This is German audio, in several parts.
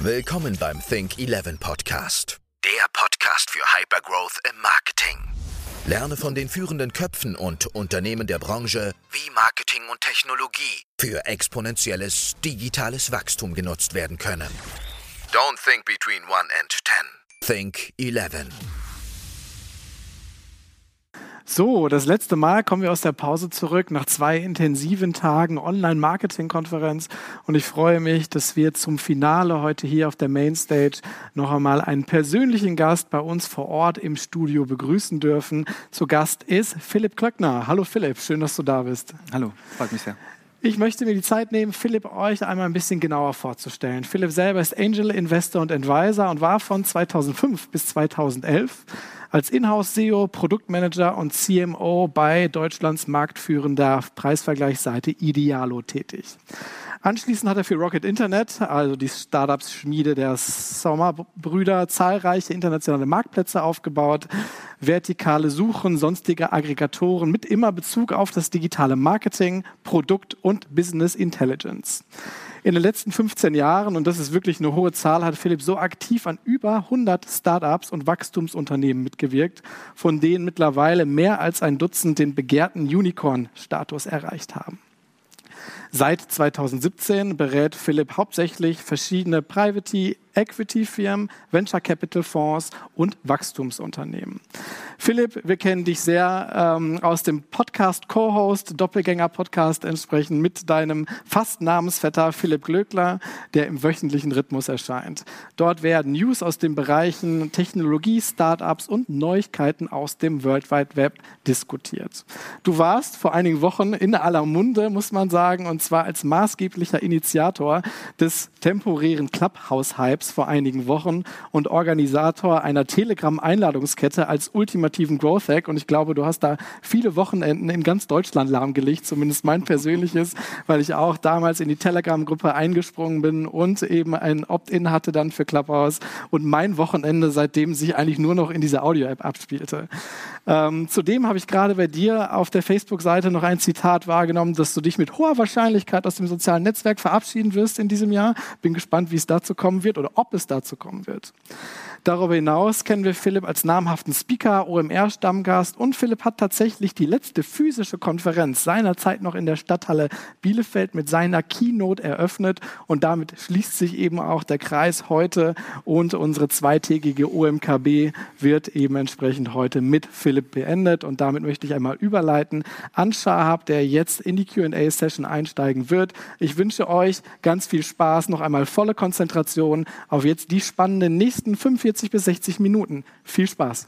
Willkommen beim Think 11 Podcast. Der Podcast für Hypergrowth im Marketing. Lerne von den führenden Köpfen und Unternehmen der Branche, wie Marketing und Technologie für exponentielles digitales Wachstum genutzt werden können. Don't think between 1 and 10. Think 11. So, das letzte Mal kommen wir aus der Pause zurück nach 2 intensiven Tagen Online-Marketing-Konferenz und ich freue mich, dass wir zum Finale heute hier auf der Mainstage noch einmal einen persönlichen Gast bei uns vor Ort im Studio begrüßen dürfen. Zu Gast ist Philipp Klöckner. Hallo Philipp, schön, dass du da bist. Hallo, freut mich sehr. Ich möchte mir die Zeit nehmen, Philipp euch einmal ein bisschen genauer vorzustellen. Philipp selber ist Angel, Investor und Advisor und war von 2005 bis 2011 als Inhouse-SEO, Produktmanager und CMO bei Deutschlands marktführender Preisvergleichsseite Idealo tätig. Anschließend hat er für Rocket Internet, also die Startups-Schmiede der Sommerbrüder, zahlreiche internationale Marktplätze aufgebaut, vertikale Suchen, sonstige Aggregatoren mit immer Bezug auf das digitale Marketing, Produkt und Business Intelligence. In den letzten 15 Jahren, und das ist wirklich eine hohe Zahl, hat Philipp so aktiv an über 100 Startups und Wachstumsunternehmen mitgewirkt, von denen mittlerweile mehr als ein Dutzend den begehrten Unicorn-Status erreicht haben. Seit 2017 berät Philipp hauptsächlich verschiedene Private Equity-Firmen, Venture Capital Fonds und Wachstumsunternehmen. Philipp, wir kennen dich sehr aus dem Podcast Co-Host, Doppelgänger-Podcast entsprechend mit deinem fast Namensvetter Philipp Glöckler, der im wöchentlichen Rhythmus erscheint. Dort werden News aus den Bereichen Technologie, Startups und Neuigkeiten aus dem World Wide Web diskutiert. Du warst vor einigen Wochen in aller Munde, muss man sagen, und zwar als maßgeblicher Initiator des temporären Clubhouse-Hypes vor einigen Wochen und Organisator einer Telegram-Einladungskette als ultimativen Growth-Hack. Und ich glaube, du hast da viele Wochenenden in ganz Deutschland lahmgelegt, zumindest mein persönliches, weil ich auch damals in die Telegram-Gruppe eingesprungen bin und eben ein Opt-in hatte dann für Clubhouse und mein Wochenende seitdem sich eigentlich nur noch in dieser Audio-App abspielte. Zudem habe ich gerade bei dir auf der Facebook-Seite noch ein Zitat wahrgenommen, dass du dich mit hoher Wahrscheinlichkeit aus dem sozialen Netzwerk verabschieden wirst in diesem Jahr. Bin gespannt, wie es dazu kommen wird oder ob es dazu kommen wird. Darüber hinaus kennen wir Philipp als namhaften Speaker, OMR-Stammgast und Philipp hat tatsächlich die letzte physische Konferenz seinerzeit noch in der Stadthalle Bielefeld mit seiner Keynote eröffnet und damit schließt sich eben auch der Kreis heute und unsere zweitägige OMKB wird eben entsprechend heute mit Philipp beendet und damit möchte ich einmal überleiten an Shahab, der jetzt in die Q&A-Session einsteigen wird. Ich wünsche euch ganz viel Spaß, noch einmal volle Konzentration auf jetzt die spannenden nächsten 45 bis 60 Minuten. Viel Spaß.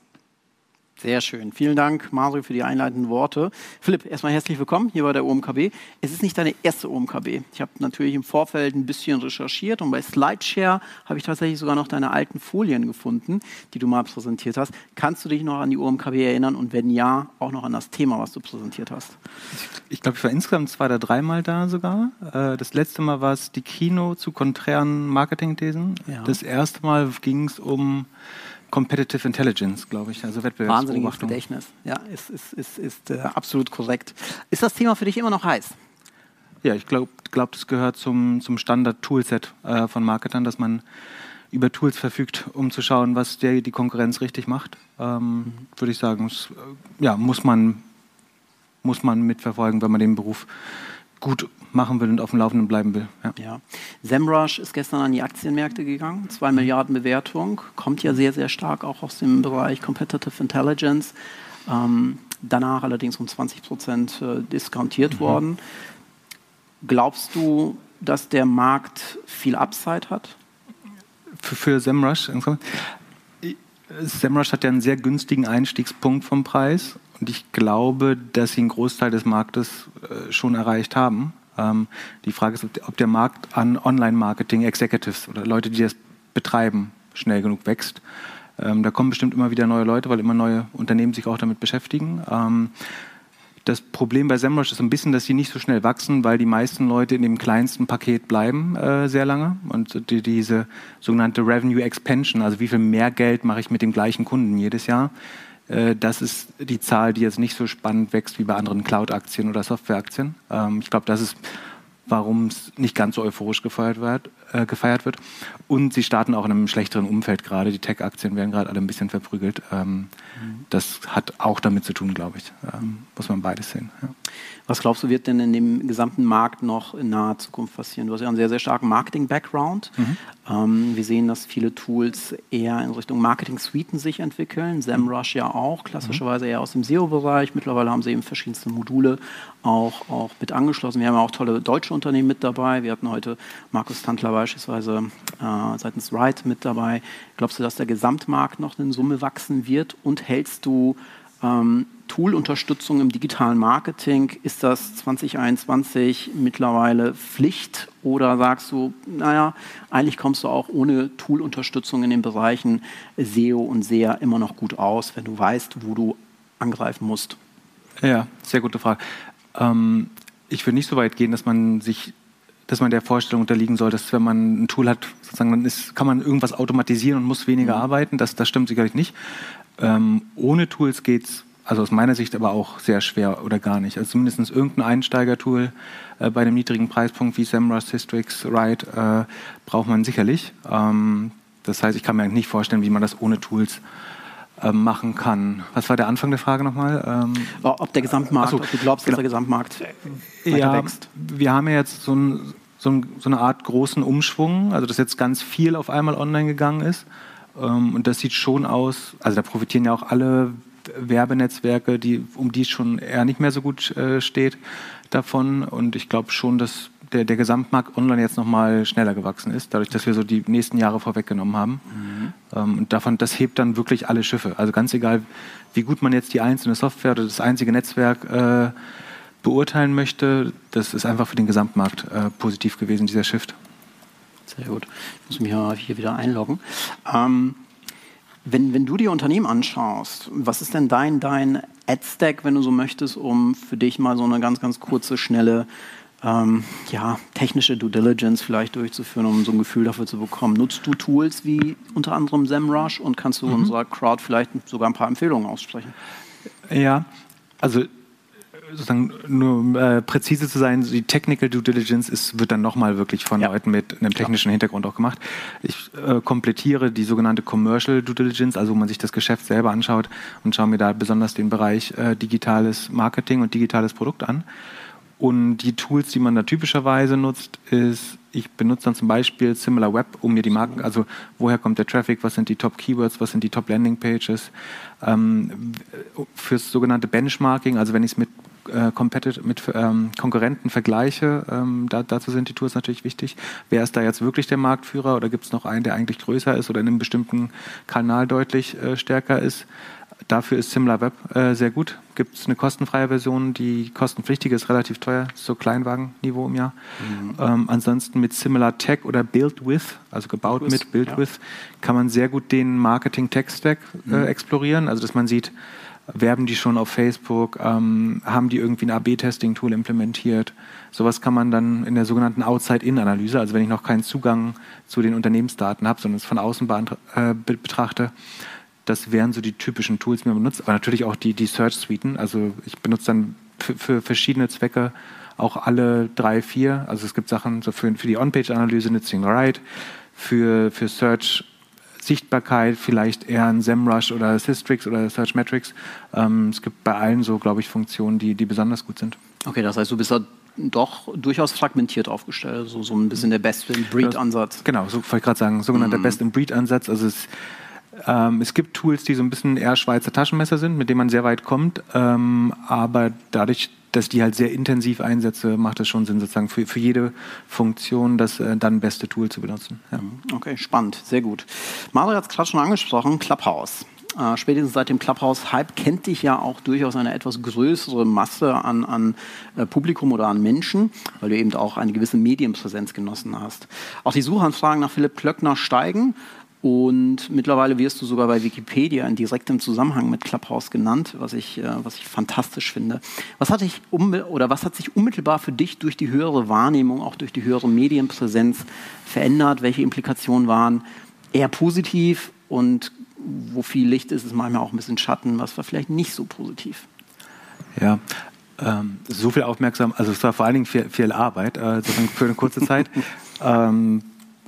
Sehr schön. Vielen Dank, Mario, für die einleitenden Worte. Philipp, erstmal herzlich willkommen hier bei der OMKB. Es ist nicht deine erste OMKB. Ich habe natürlich im Vorfeld ein bisschen recherchiert und bei SlideShare habe ich tatsächlich sogar noch deine alten Folien gefunden, die du mal präsentiert hast. Kannst du dich noch an die OMKB erinnern und wenn ja, auch noch an das Thema, was du präsentiert hast? Ich glaube, ich war insgesamt 2 oder 3 Mal da sogar. Das letzte Mal war es die Keynote zu konträren Marketingthesen. Ja. Das erste Mal ging es um Competitive Intelligence, glaube ich, also Wettbewerbsbeobachtung. Wahnsinniges Gedächtnis, ja, ist absolut korrekt. Ist das Thema für dich immer noch heiß? Ja, ich glaube, das gehört zum Standard-Toolset von Marketern, dass man über Tools verfügt, um zu schauen, was die Konkurrenz richtig macht. Würde ich sagen, muss man mitverfolgen, wenn man den Beruf gut machen will und auf dem Laufenden bleiben will. Ja. SEMrush ist gestern an die Aktienmärkte gegangen, 2 Milliarden Bewertung, kommt ja sehr, sehr stark auch aus dem Bereich Competitive Intelligence, danach allerdings um 20% diskontiert worden. Glaubst du, dass der Markt viel Upside hat? Für SEMrush? SEMrush hat ja einen sehr günstigen Einstiegspunkt vom Preis und ich glaube, dass sie einen Großteil des Marktes schon erreicht haben. Die Frage ist, ob der Markt an Online-Marketing-Executives oder Leute, die das betreiben, schnell genug wächst. Da kommen bestimmt immer wieder neue Leute, weil immer neue Unternehmen sich auch damit beschäftigen. Das Problem bei SEMrush ist ein bisschen, dass sie nicht so schnell wachsen, weil die meisten Leute in dem kleinsten Paket bleiben sehr lange. Und diese sogenannte Revenue Expansion, also wie viel mehr Geld mache ich mit dem gleichen Kunden jedes Jahr, das ist die Zahl, die jetzt nicht so spannend wächst wie bei anderen Cloud-Aktien oder Software-Aktien. Ich glaube, das ist, warum es nicht ganz so euphorisch gefeiert wird. gefeiert wird. Und sie starten auch in einem schlechteren Umfeld gerade. Die Tech-Aktien werden gerade alle ein bisschen verprügelt. Das hat auch damit zu tun, glaube ich. Muss man beides sehen. Ja. Was glaubst du, wird denn in dem gesamten Markt noch in naher Zukunft passieren? Du hast ja einen sehr, sehr starken Marketing-Background. Wir sehen, dass viele Tools eher in Richtung Marketing-Suiten sich entwickeln. SEMrush ja auch, klassischerweise eher aus dem SEO-Bereich. Mittlerweile haben sie eben verschiedenste Module auch mit angeschlossen. Wir haben ja auch tolle deutsche Unternehmen mit dabei. Wir hatten heute Markus Tantler beispielsweise seitens Ride mit dabei. Glaubst du, dass der Gesamtmarkt noch in Summe wachsen wird? Und hältst du Tool-Unterstützung im digitalen Marketing, ist das 2021 mittlerweile Pflicht oder sagst du, naja, eigentlich kommst du auch ohne Tool-Unterstützung in den Bereichen SEO und SEA immer noch gut aus, wenn du weißt, wo du angreifen musst? Ja, sehr gute Frage. Ich würde nicht so weit gehen, dass man der Vorstellung unterliegen soll, dass wenn man ein Tool hat, sozusagen, dann kann man irgendwas automatisieren und muss weniger arbeiten. Das stimmt sicherlich nicht. Ohne Tools geht's, also aus meiner Sicht aber auch sehr schwer oder gar nicht. Also zumindest irgendein Einsteigertool bei einem niedrigen Preispunkt wie SEMrush, Systrix, Ride braucht man sicherlich. Das heißt, ich kann mir eigentlich nicht vorstellen, wie man das ohne Tools machen kann. Was war der Anfang der Frage nochmal? Ob der Gesamtmarkt, ob du glaubst, dass der Gesamtmarkt weiter wächst? Wir haben ja jetzt so eine Art großen Umschwung, also dass jetzt ganz viel auf einmal online gegangen ist. Und das sieht schon aus, also da profitieren ja auch alle Werbenetzwerke, um die es schon eher nicht mehr so gut steht, davon. Und ich glaube schon, dass der Gesamtmarkt online jetzt nochmal schneller gewachsen ist, dadurch, dass wir so die nächsten Jahre vorweggenommen haben. Und das hebt dann wirklich alle Schiffe. Also ganz egal, wie gut man jetzt die einzelne Software oder das einzige Netzwerk beurteilen möchte, das ist einfach für den Gesamtmarkt positiv gewesen, dieser Shift. Sehr gut. Ich muss mich hier wieder einloggen. Wenn du dir Unternehmen anschaust, was ist denn dein Ad-Stack, wenn du so möchtest, um für dich mal so eine ganz, ganz kurze, schnelle technische Due Diligence vielleicht durchzuführen, um so ein Gefühl dafür zu bekommen? Nutzt du Tools wie unter anderem SEMrush und kannst du unserer Crowd vielleicht sogar ein paar Empfehlungen aussprechen? Ja, also sozusagen nur präzise zu sein, die Technical Due Diligence wird dann nochmal wirklich von Leuten mit einem technischen Hintergrund auch gemacht. Ich komplettiere die sogenannte Commercial Due Diligence, also wo man sich das Geschäft selber anschaut und schaue mir da besonders den Bereich digitales Marketing und digitales Produkt an. Und die Tools, die man da typischerweise nutzt, ich benutze dann zum Beispiel SimilarWeb, um mir die Marken, also woher kommt der Traffic, was sind die Top-Keywords, was sind die Top-Landing-Pages. Fürs sogenannte Benchmarking, also wenn ich es mit Konkurrenten vergleiche, dazu sind die Tools natürlich wichtig. Wer ist da jetzt wirklich der Marktführer oder gibt es noch einen, der eigentlich größer ist oder in einem bestimmten Kanal deutlich stärker ist? Dafür ist SimilarWeb sehr gut. Gibt es eine kostenfreie Version, die kostenpflichtige ist relativ teuer, so Kleinwagenniveau im Jahr. Ansonsten mit SimilarTech oder BuildWith, also gebaut mit BuildWith, kann man sehr gut den Marketing-Tech-Stack explorieren. Also dass man sieht, werben die schon auf Facebook, haben die irgendwie ein AB-Testing-Tool implementiert. Sowas kann man dann in der sogenannten Outside-In-Analyse, also wenn ich noch keinen Zugang zu den Unternehmensdaten habe, sondern es von außen betrachte. Das wären so die typischen Tools, die man benutzt. Aber natürlich auch die Search-Suiten. Also ich benutze dann für verschiedene Zwecke auch alle 3, 4. Also es gibt Sachen so für die On-Page-Analyse, Nützling Ride, für Search Sichtbarkeit vielleicht eher ein SEMrush oder Systrix oder Searchmetrics. Es gibt bei allen so, glaube ich, Funktionen, die besonders gut sind. Okay, das heißt, du bist da doch durchaus fragmentiert aufgestellt, so ein bisschen der Best-in-Breed-Ansatz. Genau, so wollte ich gerade sagen, sogenannter Best-in-Breed-Ansatz. Also es gibt Tools, die so ein bisschen eher Schweizer Taschenmesser sind, mit denen man sehr weit kommt, aber dadurch, dass die halt sehr intensiv einsetze, macht es schon Sinn, sozusagen für jede Funktion das dann beste Tool zu benutzen. Ja. Okay, spannend, sehr gut. Mario hat es gerade schon angesprochen, Clubhouse. Spätestens seit dem Clubhouse-Hype kennt dich ja auch durchaus eine etwas größere Masse an Publikum oder an Menschen, weil du eben auch eine gewisse Medienpräsenz genossen hast. Auch die Suchanfragen nach Philipp Klöckner steigen. Und mittlerweile wirst du sogar bei Wikipedia in direktem Zusammenhang mit Clubhouse genannt, was ich fantastisch finde. Was hat sich unmittelbar für dich durch die höhere Wahrnehmung, auch durch die höhere Medienpräsenz verändert? Welche Implikationen waren eher positiv und wo viel Licht ist, ist manchmal auch ein bisschen Schatten, was war vielleicht nicht so positiv? Ja, so viel Aufmerksamkeit, also es war vor allen Dingen viel Arbeit, für eine kurze Zeit.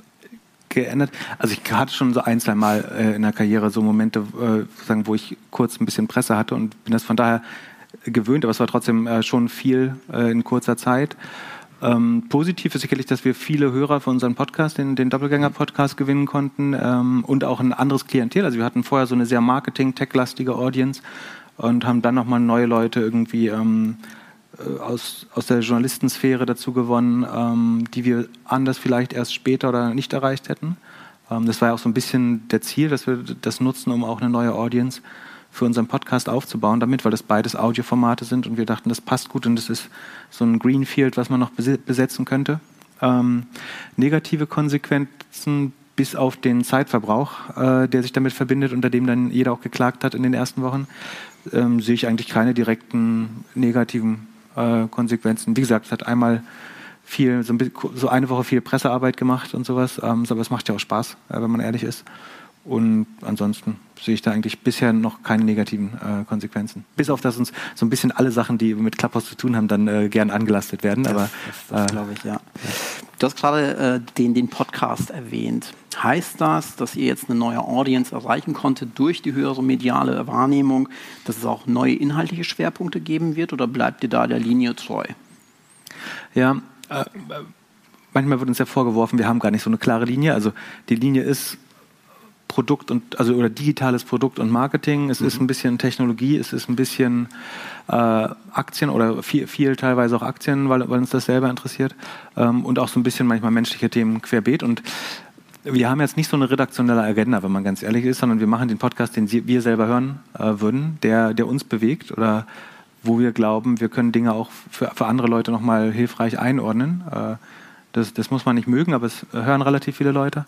geändert. Also ich hatte schon so 1-2 Mal in der Karriere so Momente, wo ich kurz ein bisschen Presse hatte und bin das von daher gewöhnt, aber es war trotzdem schon viel in kurzer Zeit. Positiv ist sicherlich, dass wir viele Hörer für unseren Podcast, den Doppelgänger-Podcast, gewinnen konnten und auch ein anderes Klientel. Also wir hatten vorher so eine sehr Marketing-Tech-lastige Audience und haben dann nochmal neue Leute irgendwie aus der Journalistensphäre dazu gewonnen, die wir anders vielleicht erst später oder nicht erreicht hätten. Das war ja auch so ein bisschen der Ziel, dass wir das nutzen, um auch eine neue Audience für unseren Podcast aufzubauen damit, weil das beides Audioformate sind und wir dachten, das passt gut und das ist so ein Greenfield, was man noch besetzen könnte. Negative Konsequenzen bis auf den Zeitverbrauch, der sich damit verbindet, unter dem dann jeder auch geklagt hat in den ersten Wochen, sehe ich eigentlich keine direkten negativen Konsequenzen. Wie gesagt, es hat einmal so eine Woche viel Pressearbeit gemacht und sowas, aber es macht ja auch Spaß, wenn man ehrlich ist. Und ansonsten sehe ich da eigentlich bisher noch keine negativen Konsequenzen. Bis auf, dass uns so ein bisschen alle Sachen, die mit Clubhouse zu tun haben, dann gern angelastet werden. Das glaube ich, ja. Du hast gerade den Podcast erwähnt. Heißt das, dass ihr jetzt eine neue Audience erreichen konntet durch die höhere mediale Wahrnehmung, dass es auch neue inhaltliche Schwerpunkte geben wird oder bleibt ihr da der Linie treu? Ja, manchmal wird uns ja vorgeworfen, wir haben gar nicht so eine klare Linie. Also die Linie ist Produkt oder digitales Produkt und Marketing. Es ist ein bisschen Technologie, es ist ein bisschen Aktien oder viel teilweise auch Aktien, weil uns das selber interessiert und auch so ein bisschen manchmal menschliche Themen querbeet. Und wir haben jetzt nicht so eine redaktionelle Agenda, wenn man ganz ehrlich ist, sondern wir machen den Podcast, den wir selber hören würden, der uns bewegt oder wo wir glauben, wir können Dinge auch für andere Leute nochmal hilfreich einordnen. Das muss man nicht mögen, aber es hören relativ viele Leute.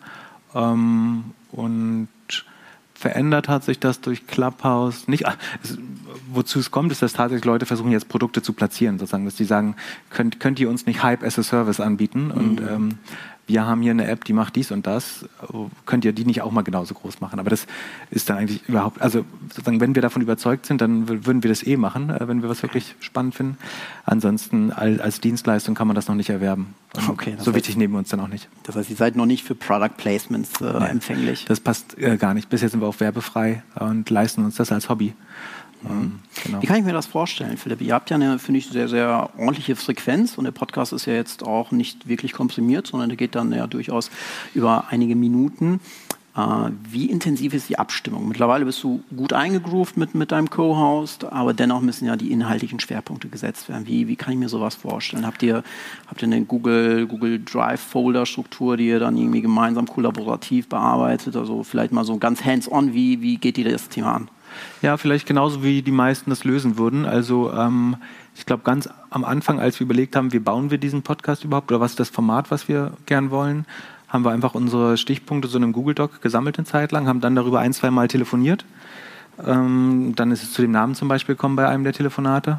Und verändert hat sich das durch Clubhouse nicht. Wozu es kommt, ist, dass tatsächlich Leute versuchen, jetzt Produkte zu platzieren, sozusagen, dass die sagen, könnt ihr uns nicht Hype as a Service anbieten? Und wir haben hier eine App, die macht dies und das. Könnt ihr die nicht auch mal genauso groß machen? Aber das ist dann eigentlich überhaupt, also sozusagen, wenn wir davon überzeugt sind, dann würden wir das machen, wenn wir was wirklich spannend finden. Ansonsten als Dienstleistung kann man das noch nicht erwerben. Okay, so wichtig nehmen wir uns dann auch nicht. Das heißt, ihr seid noch nicht für Product Placements empfänglich? Das passt gar nicht. Bisher sind wir auch werbefrei und leisten uns das als Hobby. Genau. Wie kann ich mir das vorstellen, Philipp? Ihr habt ja eine, finde ich, sehr, sehr ordentliche Frequenz und der Podcast ist ja jetzt auch nicht wirklich komprimiert, sondern der geht dann ja durchaus über einige Minuten. Wie intensiv ist die Abstimmung? Mittlerweile bist du gut eingegroovt mit deinem Co-Host, aber dennoch müssen ja die inhaltlichen Schwerpunkte gesetzt werden. Wie kann ich mir sowas vorstellen? Habt ihr eine Google Drive-Folder-Struktur, die ihr dann irgendwie gemeinsam kollaborativ bearbeitet? Also vielleicht mal so ganz hands-on, wie geht ihr das Thema an? Ja, vielleicht genauso wie die meisten das lösen würden. Also ich glaube, ganz am Anfang, als wir überlegt haben, wie bauen wir diesen Podcast überhaupt oder was ist das Format, was wir gern wollen, haben wir einfach unsere Stichpunkte so in einem Google Doc gesammelt eine Zeit lang, haben dann darüber 1-2 Mal telefoniert. Dann ist es zu dem Namen zum Beispiel gekommen bei einem der Telefonate.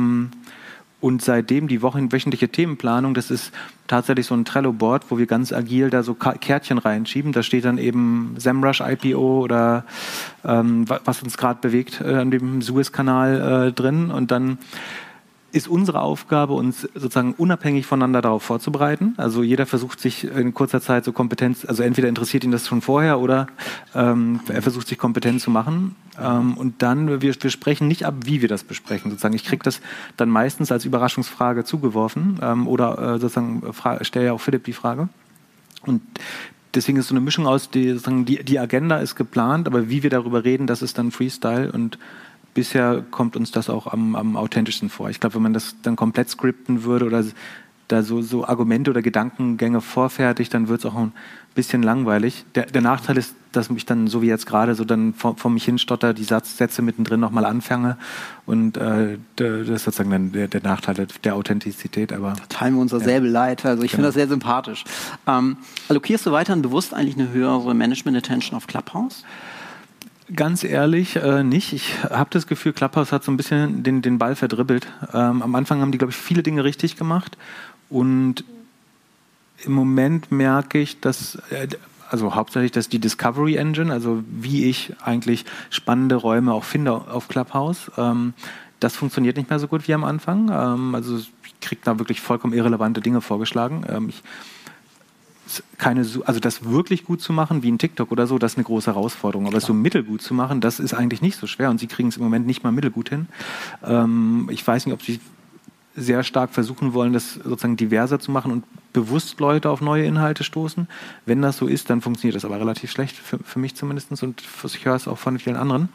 Und seitdem die wöchentliche Themenplanung, das ist tatsächlich so ein Trello-Board, wo wir ganz agil da so Kärtchen reinschieben. Da steht dann eben SEMrush IPO oder was uns gerade bewegt an dem Suezkanal drin. Und dann ist unsere Aufgabe, uns sozusagen unabhängig voneinander darauf vorzubereiten. Also jeder versucht sich in kurzer Zeit so Kompetenz, also entweder interessiert ihn das schon vorher oder er versucht sich kompetent zu machen. Und dann, wir sprechen nicht ab, wie wir das besprechen. Sozusagen, ich kriege das dann meistens als Überraschungsfrage zugeworfen oder sozusagen stelle ja auch Philipp die Frage. Und deswegen ist so eine Mischung aus, die Agenda ist geplant, aber wie wir darüber reden, das ist dann Freestyle und bisher kommt uns das auch am authentischsten vor. Ich glaube, wenn man das dann komplett skripten würde oder da so Argumente oder Gedankengänge vorfertigt, dann wird es auch ein bisschen langweilig. Der Nachteil ist, dass ich dann, so wie jetzt gerade, so dann vor mich hinstotter, die Sätze mittendrin nochmal anfange und das ist sozusagen dann der Nachteil der Authentizität. Aber da teilen wir uns dasselbe Leid. Also ich finde das sehr sympathisch. Allokierst du weiterhin bewusst eigentlich eine höhere Management-Attention auf Clubhouse? Ganz ehrlich, nicht. Ich habe das Gefühl, Clubhouse hat so ein bisschen den Ball verdribbelt. Am Anfang haben die, glaube ich, viele Dinge richtig gemacht. Und im Moment merke ich, dass, also hauptsächlich, dass die Discovery Engine, also wie ich eigentlich spannende Räume auch finde auf Clubhouse, das funktioniert nicht mehr so gut wie am Anfang. Also ich kriege da wirklich vollkommen irrelevante Dinge vorgeschlagen. also das wirklich gut zu machen, wie ein TikTok oder so, das ist eine große Herausforderung. Aber es so mittelgut zu machen, das ist eigentlich nicht so schwer. Und sie kriegen es im Moment nicht mal mittelgut hin. Ich weiß nicht, ob sie sehr stark versuchen wollen, das sozusagen diverser zu machen und bewusst Leute auf neue Inhalte stoßen. Wenn das so ist, dann funktioniert das aber relativ schlecht, für mich zumindest. Und ich höre es auch von vielen anderen.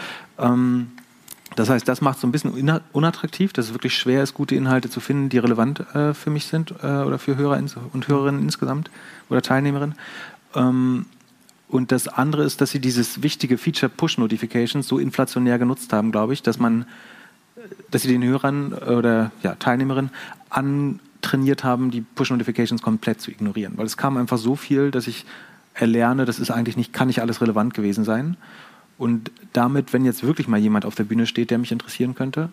Das heißt, das macht es so ein bisschen unattraktiv, dass es wirklich schwer ist, gute Inhalte zu finden, die relevant für mich sind oder für Hörer und Hörerinnen insgesamt oder Teilnehmerinnen. Und das andere ist, dass sie dieses wichtige Feature Push-Notifications so inflationär genutzt haben, glaube ich, dass sie den Hörern oder Teilnehmerinnen antrainiert haben, die Push-Notifications komplett zu ignorieren. Weil es kam einfach so viel, dass ich erlerne, das ist eigentlich kann nicht alles relevant gewesen sein. Und damit, wenn jetzt wirklich mal jemand auf der Bühne steht, der mich interessieren könnte,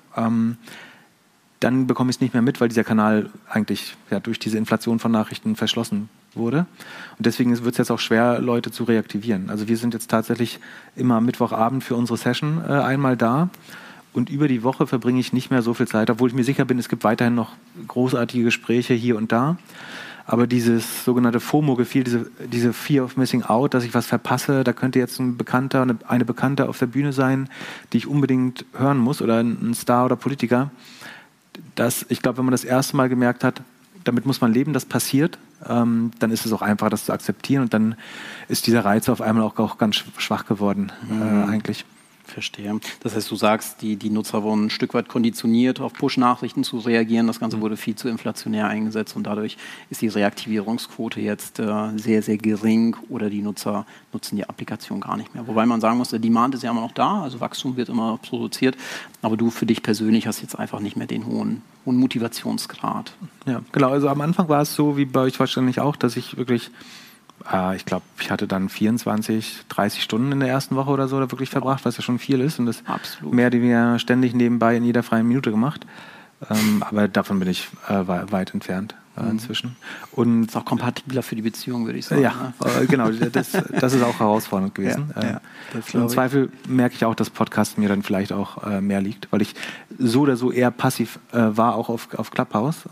dann bekomme ich es nicht mehr mit, weil dieser Kanal eigentlich durch diese Inflation von Nachrichten verschlossen wurde. Und deswegen wird es jetzt auch schwer, Leute zu reaktivieren. Also wir sind jetzt tatsächlich immer am Mittwochabend für unsere Session einmal da. Und über die Woche verbringe ich nicht mehr so viel Zeit, obwohl ich mir sicher bin, es gibt weiterhin noch großartige Gespräche hier und da. Aber dieses sogenannte FOMO-Gefühl, diese Fear of Missing Out, dass ich was verpasse, da könnte jetzt ein Bekannter, eine Bekannte auf der Bühne sein, die ich unbedingt hören muss, oder ein Star oder Politiker. Ich glaube, wenn man das erste Mal gemerkt hat, damit muss man leben, das passiert, dann ist es auch einfacher, das zu akzeptieren. Und dann ist dieser Reiz auf einmal auch ganz schwach geworden, eigentlich. Verstehe. Das heißt, du sagst, die Nutzer wurden ein Stück weit konditioniert, auf Push-Nachrichten zu reagieren. Das Ganze wurde viel zu inflationär eingesetzt und dadurch ist die Reaktivierungsquote jetzt sehr, sehr gering oder die Nutzer nutzen die Applikation gar nicht mehr. Wobei man sagen muss, der Demand ist ja immer noch da, also Wachstum wird immer produziert, aber du für dich persönlich hast jetzt einfach nicht mehr den hohen Motivationsgrad. Ja, genau. Also am Anfang war es so, wie bei euch wahrscheinlich auch, dass ich wirklich ich glaube, ich hatte dann 24, 30 Stunden in der ersten Woche oder so da wirklich verbracht, was ja schon viel ist und das mehr oder weniger ständig nebenbei in jeder freien Minute gemacht. Aber davon bin ich weit entfernt inzwischen. Und ist auch kompatibler für die Beziehung, würde ich sagen. Ja, genau. Das ist auch herausfordernd gewesen. Im Zweifel merke ich auch, dass Podcast mir dann vielleicht auch mehr liegt, weil ich so oder so eher passiv war, auch auf Clubhouse.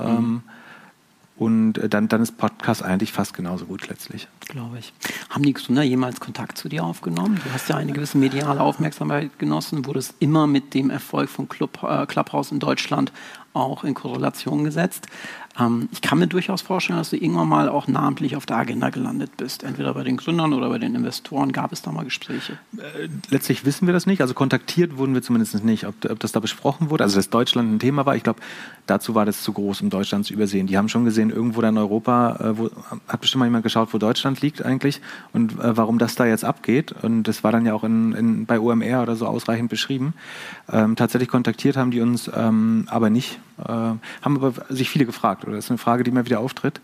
Und dann ist Podcast eigentlich fast genauso gut letztlich. Glaube ich. Haben die Gründer jemals Kontakt zu dir aufgenommen? Du hast ja eine gewisse mediale Aufmerksamkeit genossen. Wurde es immer mit dem Erfolg von Clubhouse in Deutschland auch in Korrelation gesetzt? Ich kann mir durchaus vorstellen, dass du irgendwann mal auch namentlich auf der Agenda gelandet bist. Entweder bei den Gründern oder bei den Investoren. Gab es da mal Gespräche? Letztlich wissen wir das nicht. Also kontaktiert wurden wir zumindest nicht. Ob das da besprochen wurde, also dass Deutschland ein Thema war. Ich glaube, dazu war das zu groß, um Deutschland zu übersehen. Die haben schon gesehen, irgendwo da in Europa, hat bestimmt mal jemand geschaut, wo Deutschland liegt eigentlich und warum das da jetzt abgeht. Und das war dann ja auch bei OMR oder so ausreichend beschrieben. Tatsächlich kontaktiert haben die uns aber nicht. Haben aber sich viele gefragt, oder das ist eine Frage, die immer wieder auftritt.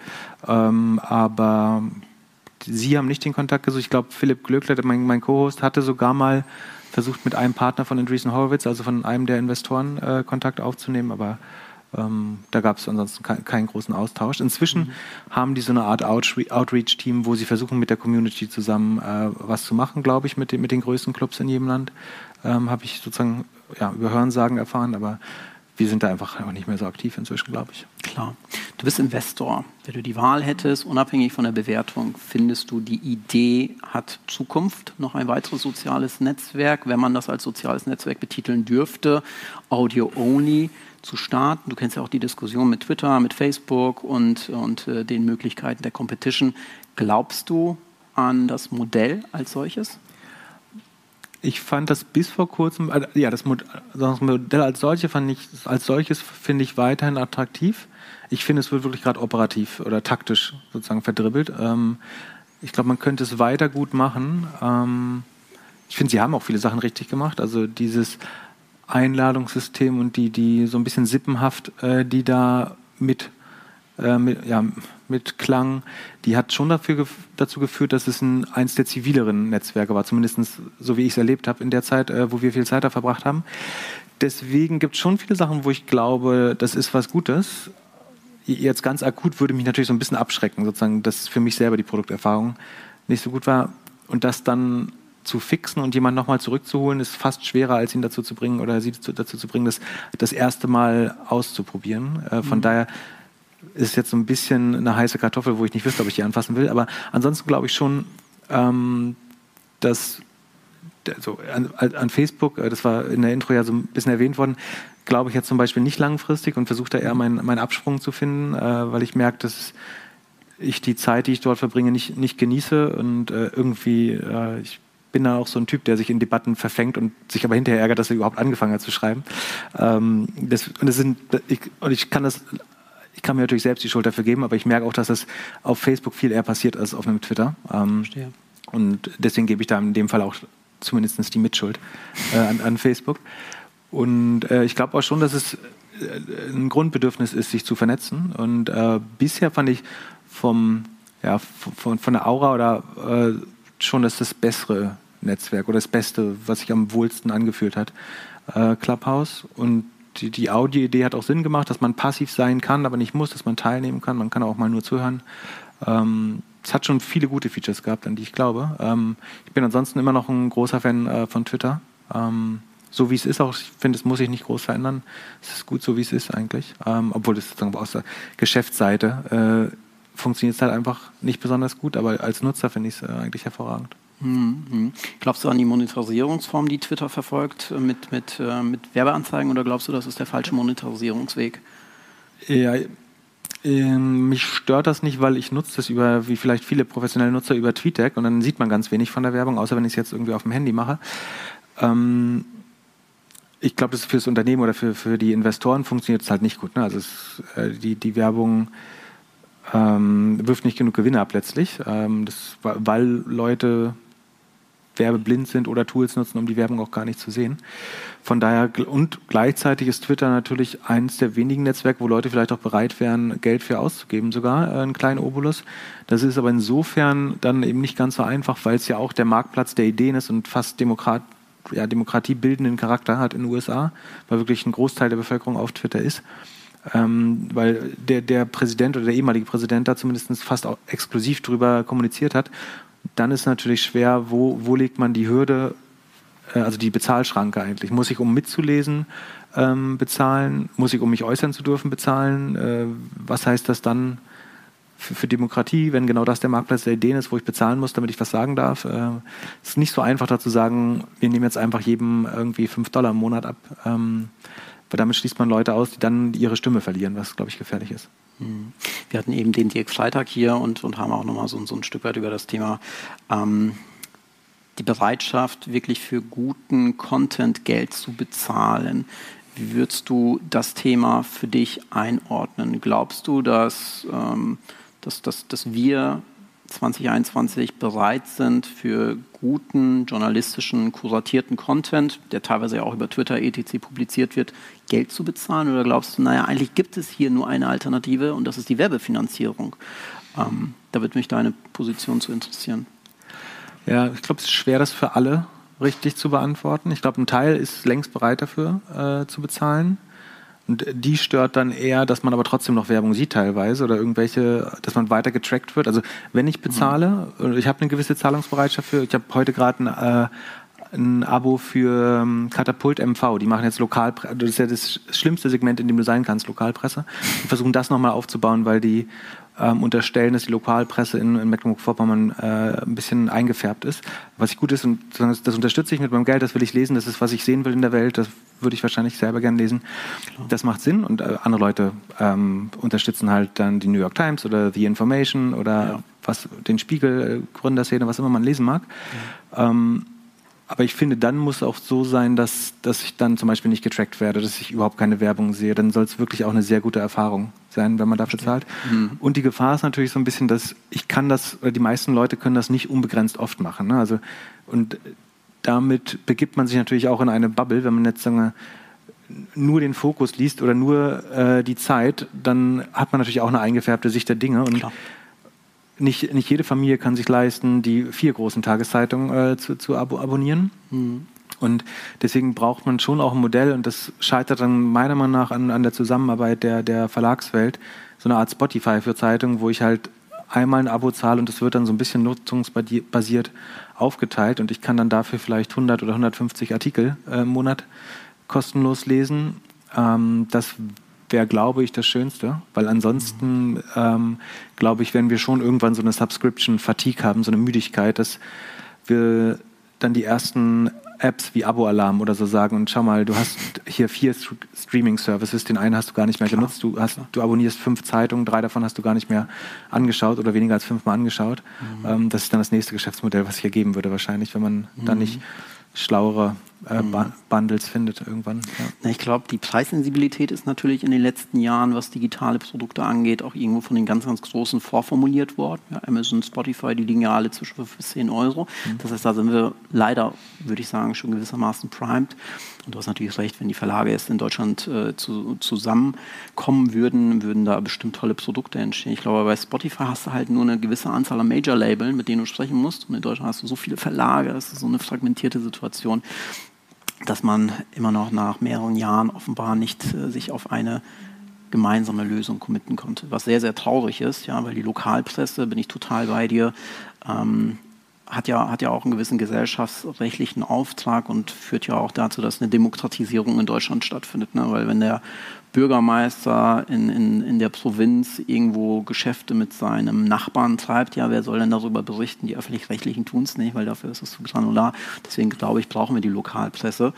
Aber sie haben nicht den Kontakt gesucht. Ich glaube, Philipp Glöckler, mein Co-Host, hatte sogar mal versucht, mit einem Partner von Andreessen Horowitz, also von einem der Investoren, Kontakt aufzunehmen, aber da gab es ansonsten keinen großen Austausch. Inzwischen haben die so eine Art Outreach-Team, wo sie versuchen, mit der Community zusammen was zu machen, glaube ich, mit den größten Clubs in jedem Land. Habe ich sozusagen über Hörensagen erfahren, aber wir sind da einfach auch nicht mehr so aktiv inzwischen, glaube ich. Klar. Du bist Investor. Wenn du die Wahl hättest, unabhängig von der Bewertung, findest du, die Idee hat Zukunft? Noch ein weiteres soziales Netzwerk, wenn man das als soziales Netzwerk betiteln dürfte, Audio-only zu starten? Du kennst ja auch die Diskussion mit Twitter, mit Facebook und den Möglichkeiten der Competition. Glaubst du an das Modell als solches? Ich fand das bis vor kurzem, das Modell als solches finde ich weiterhin attraktiv. Ich finde, es wird wirklich gerade operativ oder taktisch sozusagen verdribbelt. Ich glaube, man könnte es weiter gut machen. Ich finde, sie haben auch viele Sachen richtig gemacht. Also dieses Einladungssystem und die so ein bisschen sippenhaft, die da mit klang, die hat schon dazu geführt, dass es eins der zivileren Netzwerke war, zumindest so wie ich es erlebt habe in der Zeit, wo wir viel Zeit da verbracht haben. Deswegen gibt es schon viele Sachen, wo ich glaube, das ist was Gutes. Jetzt ganz akut würde mich natürlich so ein bisschen abschrecken, sozusagen, dass für mich selber die Produkterfahrung nicht so gut war. Und das dann zu fixen und jemanden nochmal zurückzuholen, ist fast schwerer, als ihn dazu zu bringen oder sie dazu zu bringen, das erste Mal auszuprobieren. Von daher ist jetzt so ein bisschen eine heiße Kartoffel, wo ich nicht wüsste, ob ich die anfassen will. Aber ansonsten glaube ich schon, dass so an Facebook, das war in der Intro ja so ein bisschen erwähnt worden, glaube ich jetzt zum Beispiel nicht langfristig und versuche da eher meinen Absprung zu finden, weil ich merke, dass ich die Zeit, die ich dort verbringe, nicht genieße und irgendwie, ich bin da auch so ein Typ, der sich in Debatten verfängt und sich aber hinterher ärgert, dass er überhaupt angefangen hat zu schreiben. Ich kann mir natürlich selbst die Schuld dafür geben, aber ich merke auch, dass das auf Facebook viel eher passiert als auf einem Twitter. Verstehe. Und deswegen gebe ich da in dem Fall auch zumindest die Mitschuld an Facebook. Und ich glaube auch schon, dass es ein Grundbedürfnis ist, sich zu vernetzen. Und bisher fand ich von der Aura oder schon das bessere Netzwerk oder das Beste, was sich am wohlsten angefühlt hat, Clubhouse. Und die Audio-Idee hat auch Sinn gemacht, dass man passiv sein kann, aber nicht muss, dass man teilnehmen kann. Man kann auch mal nur zuhören. Es hat schon viele gute Features gehabt, an die ich glaube. Ich bin ansonsten immer noch ein großer Fan von Twitter. So wie es ist auch, ich finde, es muss sich nicht groß verändern. Es ist gut, so wie es ist eigentlich. Obwohl es sozusagen aus der Geschäftsseite funktioniert es halt einfach nicht besonders gut, aber als Nutzer finde ich es eigentlich hervorragend. Glaubst du an die Monetarisierungsform, die Twitter verfolgt, mit Werbeanzeigen, oder glaubst du, das ist der falsche Monetarisierungsweg? Ja, mich stört das nicht, weil ich nutze das wie vielleicht viele professionelle Nutzer, über TweetDeck und dann sieht man ganz wenig von der Werbung, außer wenn ich es jetzt irgendwie auf dem Handy mache. Ich glaube, das für das Unternehmen oder für die Investoren funktioniert es halt nicht gut. Ne? Also die Werbung wirft nicht genug Gewinne ab letztlich, weil Leute werbeblind sind oder Tools nutzen, um die Werbung auch gar nicht zu sehen. Von daher, und gleichzeitig ist Twitter natürlich eines der wenigen Netzwerke, wo Leute vielleicht auch bereit wären, Geld für auszugeben, sogar einen kleinen Obolus. Das ist aber insofern dann eben nicht ganz so einfach, weil es ja auch der Marktplatz der Ideen ist und fast demokratiebildenden Charakter hat in den USA, weil wirklich ein Großteil der Bevölkerung auf Twitter ist. Weil der Präsident oder der ehemalige Präsident da zumindest fast auch exklusiv drüber kommuniziert hat. Dann ist natürlich schwer, wo legt man die Hürde, also die Bezahlschranke eigentlich. Muss ich, um mitzulesen, bezahlen? Muss ich, um mich äußern zu dürfen, bezahlen? Was heißt das dann für Demokratie, wenn genau das der Marktplatz der Ideen ist, wo ich bezahlen muss, damit ich was sagen darf? Es ist nicht so einfach, da zu sagen, wir nehmen jetzt einfach jedem irgendwie $5 im Monat ab. Weil damit schließt man Leute aus, die dann ihre Stimme verlieren, was, glaube ich, gefährlich ist. Wir hatten eben den Dirk Freitag hier und haben auch nochmal so ein Stück weit über das Thema die Bereitschaft, wirklich für guten Content Geld zu bezahlen. Wie würdest du das Thema für dich einordnen? Glaubst du, dass wir 2021 bereit sind, für guten, journalistischen, kuratierten Content, der teilweise ja auch über Twitter, etc. publiziert wird, Geld zu bezahlen? Oder glaubst du, naja, eigentlich gibt es hier nur eine Alternative und das ist die Werbefinanzierung? Da würde mich deine Position zu interessieren. Ja, ich glaube, es ist schwer, das für alle richtig zu beantworten. Ich glaube, ein Teil ist längst bereit dafür zu bezahlen. Und die stört dann eher, dass man aber trotzdem noch Werbung sieht teilweise oder dass man weiter getrackt wird. Also wenn ich bezahle, ich habe eine gewisse Zahlungsbereitschaft dafür. Ich habe heute gerade ein Abo für Katapult MV. Die machen jetzt Lokalpresse. Das ist ja das schlimmste Segment, in dem du sein kannst, Lokalpresse. Und versuchen das nochmal aufzubauen, weil die unterstellen, dass die Lokalpresse in Mecklenburg-Vorpommern ein bisschen eingefärbt ist. Was gut ist, und das unterstütze ich mit meinem Geld, das will ich lesen, das ist, was ich sehen will in der Welt, das würde ich wahrscheinlich selber gerne lesen. Klar. Das macht Sinn und andere Leute unterstützen halt dann die New York Times oder The Information oder den Spiegel, Gründerszene, was immer man lesen mag. Ja. Aber ich finde, dann muss auch so sein, dass ich dann zum Beispiel nicht getrackt werde, dass ich überhaupt keine Werbung sehe. Dann soll es wirklich auch eine sehr gute Erfahrung sein, wenn man dafür zahlt. Und die Gefahr ist natürlich so ein bisschen, dass die meisten Leute können das nicht unbegrenzt oft machen. Ne? Also, und damit begibt man sich natürlich auch in eine Bubble, wenn man jetzt nur den Fokus liest oder nur die Zeit, dann hat man natürlich auch eine eingefärbte Sicht der Dinge. Und nicht jede Familie kann sich leisten, die 4 großen Tageszeitungen zu abonnieren. Und deswegen braucht man schon auch ein Modell, und das scheitert dann meiner Meinung nach an der Zusammenarbeit der Verlagswelt, so eine Art Spotify für Zeitungen, wo ich halt einmal ein Abo zahle und das wird dann so ein bisschen nutzungsbasiert aufgeteilt und ich kann dann dafür vielleicht 100 oder 150 Artikel im Monat kostenlos lesen. Das wäre, glaube ich, das Schönste, weil ansonsten, glaube ich, werden wir schon irgendwann so eine Subscription-Fatigue haben, so eine Müdigkeit, dass wir dann die ersten Apps wie Abo-Alarm oder so sagen und schau mal, du hast hier 4 Streaming-Services, den einen hast du gar nicht mehr genutzt, du abonnierst 5 Zeitungen, 3 davon hast du gar nicht mehr angeschaut oder weniger als 5 Mal angeschaut. Das ist dann das nächste Geschäftsmodell, was es hier geben würde wahrscheinlich, wenn man dann nicht schlauere Bundles findet irgendwann. Ja. Ich glaube, die Preissensibilität ist natürlich in den letzten Jahren, was digitale Produkte angeht, auch irgendwo von den ganz, ganz Großen vorformuliert worden. Ja, Amazon, Spotify, die liegen ja alle zwischen 5 bis 10 Euro. Das heißt, da sind wir leider, würde ich sagen, schon gewissermaßen primed. Und du hast natürlich recht, wenn die Verlage jetzt in Deutschland zusammenkommen würden da bestimmt tolle Produkte entstehen. Ich glaube, bei Spotify hast du halt nur eine gewisse Anzahl an Major-Labeln, mit denen du sprechen musst. Und in Deutschland hast du so viele Verlage, das ist so eine fragmentierte Situation, dass man immer noch nach mehreren Jahren offenbar nicht sich auf eine gemeinsame Lösung committen konnte. Was sehr, sehr traurig ist, ja, weil die Lokalpresse, bin ich total bei dir, hat ja auch einen gewissen gesellschaftsrechtlichen Auftrag und führt ja auch dazu, dass eine Demokratisierung in Deutschland stattfindet. Ne? Weil wenn der Bürgermeister in der Provinz irgendwo Geschäfte mit seinem Nachbarn treibt, ja, wer soll denn darüber berichten? Die Öffentlich-Rechtlichen tun es nicht, weil dafür ist es zu granular. Deswegen, glaube ich, brauchen wir die Lokalpresse.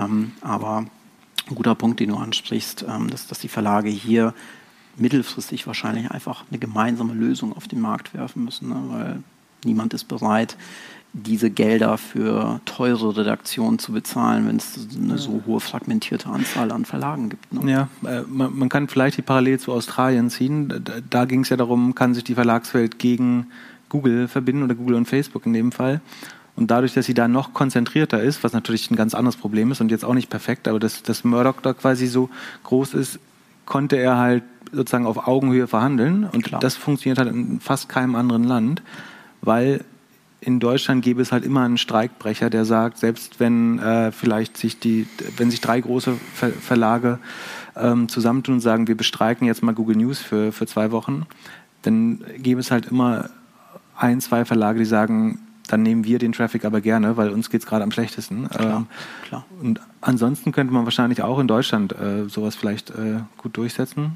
Aber ein guter Punkt, den du ansprichst, dass die Verlage hier mittelfristig wahrscheinlich einfach eine gemeinsame Lösung auf den Markt werfen müssen, ne? Weil niemand ist bereit, diese Gelder für teure Redaktionen zu bezahlen, wenn es eine so hohe fragmentierte Anzahl an Verlagen gibt. Ne? Ja, man kann vielleicht die Parallele zu Australien ziehen. Da ging es ja darum, kann sich die Verlagswelt gegen Google verbinden oder Google und Facebook in dem Fall. Und dadurch, dass sie da noch konzentrierter ist, was natürlich ein ganz anderes Problem ist und jetzt auch nicht perfekt, aber dass Murdoch da quasi so groß ist, konnte er halt sozusagen auf Augenhöhe verhandeln. Und klar, das funktioniert halt in fast keinem anderen Land, weil in Deutschland gäbe es halt immer einen Streikbrecher, der sagt, selbst wenn vielleicht wenn sich 3 große Verlage zusammentun und sagen, wir bestreiken jetzt mal Google News für 2 Wochen, dann gäbe es halt immer 1, 2 Verlage, die sagen, dann nehmen wir den Traffic aber gerne, weil uns geht es gerade am schlechtesten. Klar. Und ansonsten könnte man wahrscheinlich auch in Deutschland sowas vielleicht gut durchsetzen.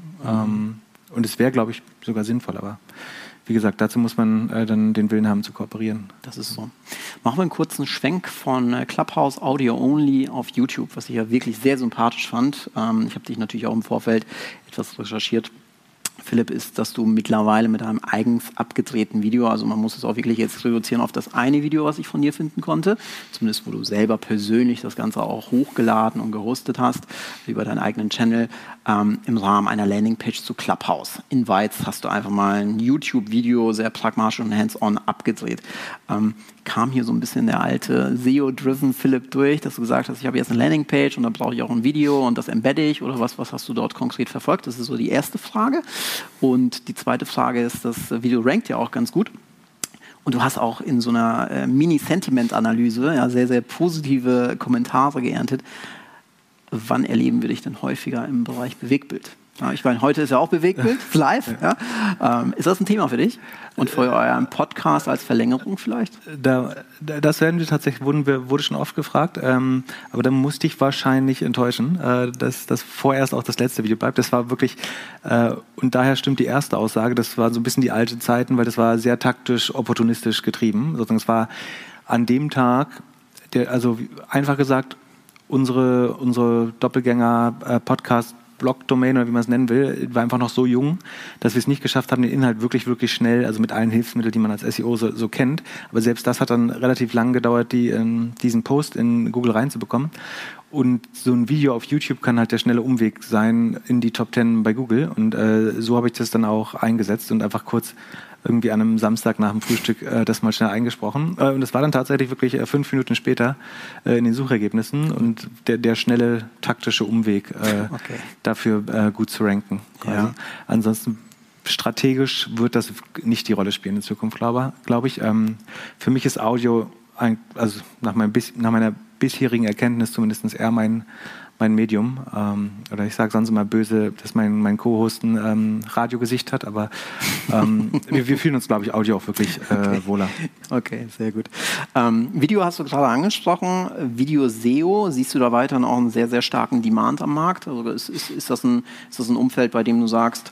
Und es wäre, glaube ich, sogar sinnvoll, aber wie gesagt, dazu muss man dann den Willen haben zu kooperieren. Das ist so. Machen wir einen kurzen Schwenk von Clubhouse Audio Only auf YouTube, was ich ja wirklich sehr sympathisch fand. Ich habe dich natürlich auch im Vorfeld etwas recherchiert, Philipp, ist, dass du mittlerweile mit einem eigens abgedrehten Video, also man muss es auch wirklich jetzt reduzieren auf das eine Video, was ich von dir finden konnte, zumindest wo du selber persönlich das Ganze auch hochgeladen und gehostet hast, über deinen eigenen Channel, im Rahmen einer Landingpage zu Clubhouse. In Weiz hast du einfach mal ein YouTube-Video sehr pragmatisch und hands-on abgedreht. Kam hier so ein bisschen der alte SEO-driven Philipp durch, dass du gesagt hast, ich habe jetzt eine Landingpage und da brauche ich auch ein Video und das embedde ich, oder was hast du dort konkret verfolgt? Das ist so die erste Frage. Und die zweite Frage ist, das Video rankt ja auch ganz gut. Und du hast auch in so einer Mini-Sentiment-Analyse ja, sehr, sehr positive Kommentare geerntet. Wann erleben wir dich denn häufiger im Bereich Bewegtbild? Ja, ich meine, heute ist ja auch Bewegtbild, live. Ja. Ist das ein Thema für dich? Und für euren Podcast als Verlängerung vielleicht? Das werden wir tatsächlich, wurde schon oft gefragt. Aber da musste ich wahrscheinlich enttäuschen, dass das vorerst auch das letzte Video bleibt. Das war wirklich, und daher stimmt die erste Aussage, das war so ein bisschen die alten Zeiten, weil das war sehr taktisch, opportunistisch getrieben. Sozusagen, es war an dem Tag, also einfach gesagt, unsere Doppelgänger-Podcast Blog-Domain oder wie man es nennen will, war einfach noch so jung, dass wir es nicht geschafft haben, den Inhalt wirklich, wirklich schnell, also mit allen Hilfsmitteln, die man als SEO so kennt. Aber selbst das hat dann relativ lang gedauert, diesen Post in Google reinzubekommen. Und so ein Video auf YouTube kann halt der schnelle Umweg sein in die Top 10 bei Google. Und so habe ich das dann auch eingesetzt und einfach kurz irgendwie an einem Samstag nach dem Frühstück das mal schnell eingesprochen. Und das war dann tatsächlich wirklich 5 Minuten später in den Suchergebnissen und der schnelle taktische Umweg dafür gut zu ranken. Ja. Ansonsten strategisch wird das nicht die Rolle spielen in Zukunft, glaube ich. Für mich ist Audio, also nach meiner bisherigen Erkenntnis zumindest eher mein mein Medium. Oder ich sage sonst immer böse, dass mein Co-Host ein Radiogesicht hat, aber wir fühlen uns, glaube ich, Audio auch wirklich wohler. Okay, sehr gut. Video hast du gerade angesprochen. Video-SEO, siehst du da weiterhin auch einen sehr, sehr starken Demand am Markt? Also ist das ein Umfeld, bei dem du sagst,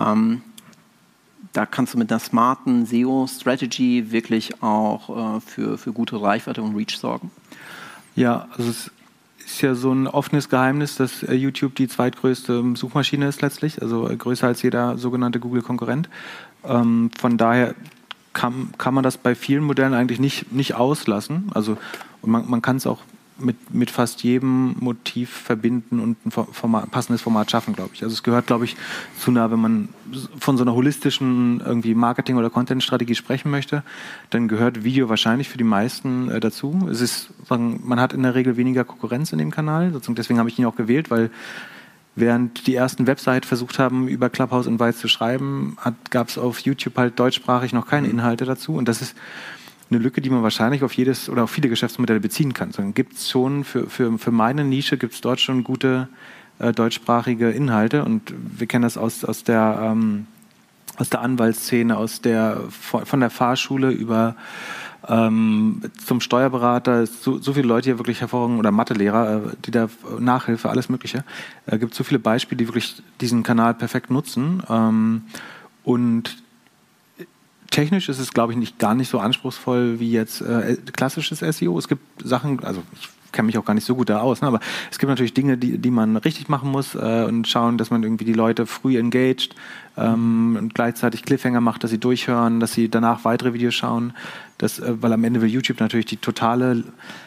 da kannst du mit einer smarten SEO-Strategy wirklich auch für gute Reichweite und Reach sorgen? Ja, also es ist ja so ein offenes Geheimnis, dass YouTube die zweitgrößte Suchmaschine ist letztlich, also größer als jeder sogenannte Google-Konkurrent. Von daher kann man das bei vielen Modellen eigentlich nicht auslassen. Also und man kann es auch mit fast jedem Motiv verbinden und ein passendes Format schaffen, glaube ich. Also es gehört, glaube ich, zu wenn man von so einer holistischen irgendwie Marketing- oder Content-Strategie sprechen möchte, dann gehört Video wahrscheinlich für die meisten dazu. Es ist, man hat in der Regel weniger Konkurrenz in dem Kanal, deswegen habe ich ihn auch gewählt, weil während die ersten Websites versucht haben, über Clubhouse und Weiß zu schreiben, gab es auf YouTube halt deutschsprachig noch keine Inhalte dazu und das ist eine Lücke, die man wahrscheinlich auf jedes oder auf viele Geschäftsmodelle beziehen kann. Sondern gibt es schon für meine Nische gibt es dort schon gute deutschsprachige Inhalte und wir kennen das aus der Anwaltsszene, von der Fahrschule über zum Steuerberater, so viele Leute hier wirklich hervorragend oder Mathelehrer, die da Nachhilfe, alles Mögliche. Gibt so viele Beispiele, die wirklich diesen Kanal perfekt nutzen und technisch ist es, glaube ich, gar nicht so anspruchsvoll wie jetzt klassisches SEO. Es gibt Sachen, also ich kenne mich auch gar nicht so gut da aus, ne, aber es gibt natürlich Dinge, die man richtig machen muss und schauen, dass man irgendwie die Leute früh engaged und gleichzeitig Cliffhanger macht, dass sie durchhören, dass sie danach weitere Videos schauen. Weil am Ende will YouTube natürlich die totale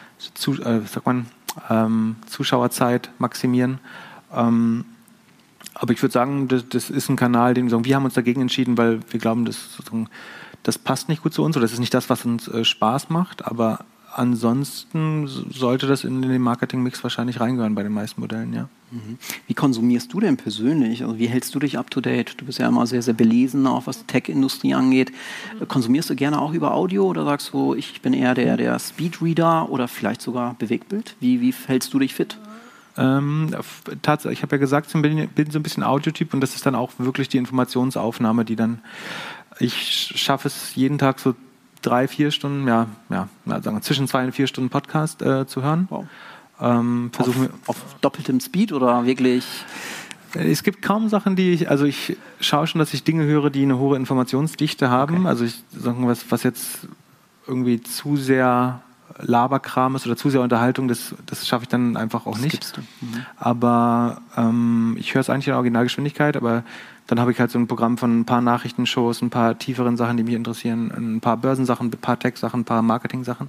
Zuschauerzeit maximieren. Aber ich würde sagen, das ist ein Kanal, wir haben uns dagegen entschieden, weil wir glauben, das passt nicht gut zu uns oder das ist nicht das, was uns Spaß macht. Aber ansonsten sollte das in den Marketing-Mix wahrscheinlich reingehören bei den meisten Modellen, ja. Wie konsumierst du denn persönlich? Also wie hältst du dich up to date? Du bist ja immer sehr, sehr belesen, auch was die Tech-Industrie angeht. Konsumierst du gerne auch über Audio oder sagst du, ich bin eher der Speedreader oder vielleicht sogar Bewegtbild? Wie hältst du dich fit? Tatsächlich, ich habe ja gesagt, ich bin so ein bisschen Audiotyp und das ist dann auch wirklich die Informationsaufnahme, ich schaffe es jeden Tag so 3-4 Stunden, sagen wir, zwischen 2 und 4 Stunden Podcast zu hören. Wow. Auf doppeltem Speed oder wirklich? Es gibt kaum Sachen, ich schaue schon, dass ich Dinge höre, die eine hohe Informationsdichte haben. Okay. Also ich sage was jetzt irgendwie zu sehr Laberkram ist oder zu sehr Unterhaltung, das schaffe ich dann einfach auch nicht. Aber ich höre es eigentlich in Originalgeschwindigkeit, aber dann habe ich halt so ein Programm von ein paar Nachrichtenshows, ein paar tieferen Sachen, die mich interessieren, ein paar Börsensachen, ein paar Tech-Sachen, ein paar Marketing-Sachen.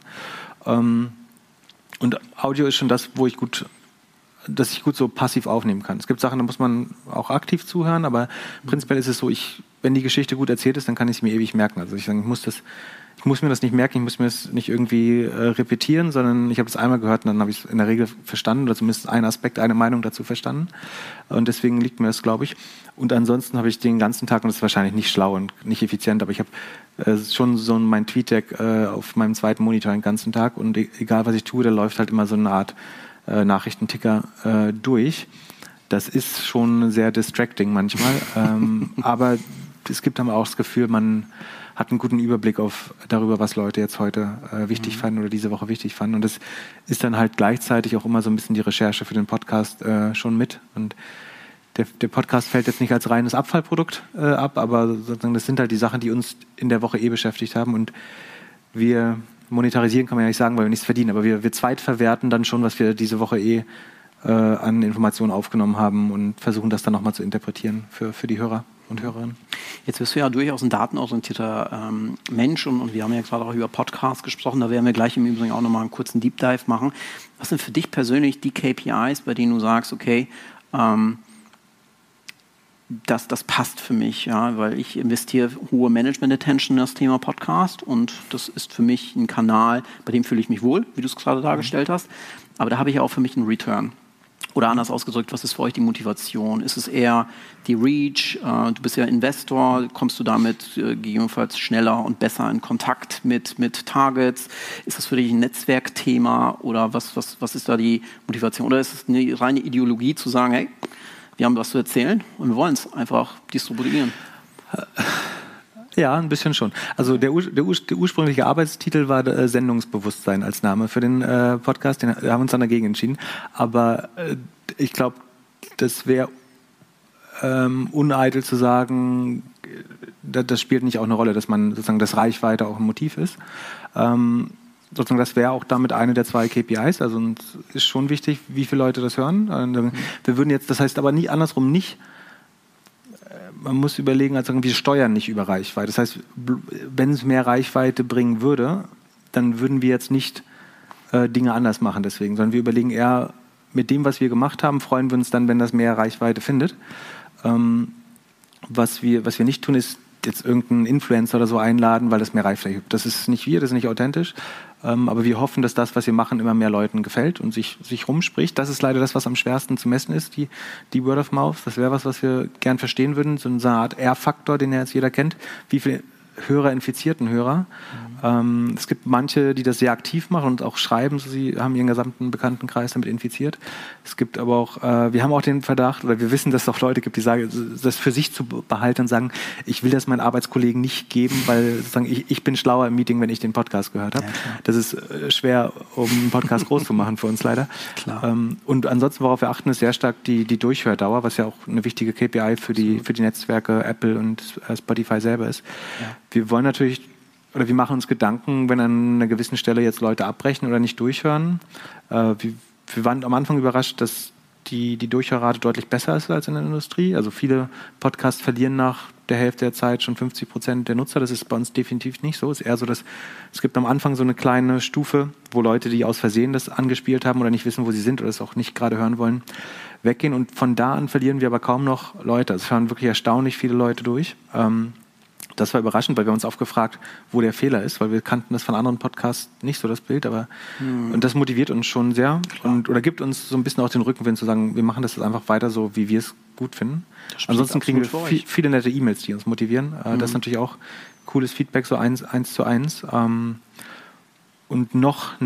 Und Audio ist schon das, dass ich gut so passiv aufnehmen kann. Es gibt Sachen, da muss man auch aktiv zuhören, aber prinzipiell ist es so, wenn die Geschichte gut erzählt ist, dann kann ich sie mir ewig merken. Also ich muss mir das nicht merken, ich muss mir das nicht irgendwie repetieren, sondern ich habe es einmal gehört und dann habe ich es in der Regel verstanden oder zumindest einen Aspekt, eine Meinung dazu verstanden. Und deswegen liegt mir das, glaube ich. Und ansonsten habe ich den ganzen Tag, und das ist wahrscheinlich nicht schlau und nicht effizient, aber ich habe schon so mein TweetDeck auf meinem zweiten Monitor den ganzen Tag und egal was ich tue, da läuft halt immer so eine Art Nachrichtenticker durch. Das ist schon sehr distracting manchmal, aber es gibt dann auch das Gefühl, man hat einen guten Überblick darüber, was Leute jetzt heute wichtig fanden oder diese Woche wichtig fanden. Und das ist dann halt gleichzeitig auch immer so ein bisschen die Recherche für den Podcast schon mit. Und der Podcast fällt jetzt nicht als reines Abfallprodukt ab, aber sozusagen das sind halt die Sachen, die uns in der Woche beschäftigt haben. Und wir monetarisieren, kann man ja nicht sagen, weil wir nichts verdienen, aber wir zweitverwerten dann schon, was wir diese Woche an Informationen aufgenommen haben und versuchen das dann nochmal zu interpretieren für die Hörer und Hörerinnen. Jetzt bist du ja durchaus ein datenorientierter Mensch und wir haben ja gerade auch über Podcasts gesprochen, da werden wir gleich im Übrigen auch nochmal einen kurzen Deep Dive machen. Was sind für dich persönlich die KPIs, bei denen du sagst, okay, das passt für mich, ja, weil ich investiere hohe Management-Attention in das Thema Podcast und das ist für mich ein Kanal, bei dem fühle ich mich wohl, wie du es gerade dargestellt hast, aber da habe ich auch für mich einen Return. Oder anders ausgedrückt, was ist für euch die Motivation? Ist es eher die Reach? Du bist ja Investor, kommst du damit gegebenenfalls schneller und besser in Kontakt mit Targets? Ist das für dich ein Netzwerkthema oder was ist da die Motivation? Oder ist es eine reine Ideologie zu sagen, hey, wir haben was zu erzählen und wir wollen es einfach distribuieren? Ja, ein bisschen schon. Also der ursprüngliche Arbeitstitel war Sendungsbewusstsein als Name für den Podcast. Wir haben uns dann dagegen entschieden. Aber ich glaube, das wäre uneitel zu sagen, das spielt nicht auch eine Rolle, dass man sozusagen das Reichweite auch ein Motiv ist. Sozusagen das wäre auch damit eine der 2 KPIs. Also uns ist schon wichtig, wie viele Leute das hören. Wir würden jetzt, das heißt aber nie andersrum nicht. Man muss überlegen, also wir steuern nicht über Reichweite. Das heißt, wenn es mehr Reichweite bringen würde, dann würden wir jetzt nicht Dinge anders machen deswegen, sondern wir überlegen eher, mit dem, was wir gemacht haben, freuen wir uns dann, wenn das mehr Reichweite findet. Was wir nicht tun, ist jetzt irgendeinen Influencer oder so einladen, weil das mehr Reichweite gibt. Das ist nicht wir, das ist nicht authentisch. Aber wir hoffen, dass das, was wir machen, immer mehr Leuten gefällt und sich rumspricht. Das ist leider das, was am schwersten zu messen ist, die Word of Mouth. Das wäre was wir gern verstehen würden. So eine Art R-Faktor, den ja jetzt jeder kennt. Wie viele Hörer infizierten Hörer. Es gibt manche, die das sehr aktiv machen und auch schreiben, sie haben ihren gesamten Bekanntenkreis damit infiziert. Es gibt aber auch, wir haben auch den Verdacht, oder wir wissen, dass es auch Leute gibt, die sagen, das für sich zu behalten und sagen, ich will das meinen Arbeitskollegen nicht geben, weil sozusagen ich bin schlauer im Meeting, wenn ich den Podcast gehört habe. Ja, das ist schwer, um einen Podcast groß zu machen für uns leider. Und ansonsten, worauf wir achten, ist sehr stark die Durchhördauer, was ja auch eine wichtige KPI für die Netzwerke Apple und Spotify selber ist. Ja. Wir wollen natürlich, oder wir machen uns Gedanken, wenn an einer gewissen Stelle jetzt Leute abbrechen oder nicht durchhören. Wir waren am Anfang überrascht, dass die Durchhörrate deutlich besser ist als in der Industrie. Also viele Podcasts verlieren nach der Hälfte der Zeit schon 50% der Nutzer. Das ist bei uns definitiv nicht so. Es ist eher so, dass es gibt am Anfang so eine kleine Stufe, wo Leute, die aus Versehen das angespielt haben oder nicht wissen, wo sie sind oder es auch nicht gerade hören wollen, weggehen. Und von da an verlieren wir aber kaum noch Leute. Es hören wirklich erstaunlich viele Leute durch. Das war überraschend, weil wir uns oft gefragt, wo der Fehler ist, weil wir kannten das von anderen Podcasts nicht so, das Bild, aber und das motiviert uns schon sehr oder gibt uns so ein bisschen auch den Rückenwind zu sagen, wir machen das jetzt einfach weiter so, wie wir es gut finden. Ansonsten kriegen wir viele nette E-Mails, die uns motivieren. Das ist natürlich auch cooles Feedback, so eins zu eins. Und noch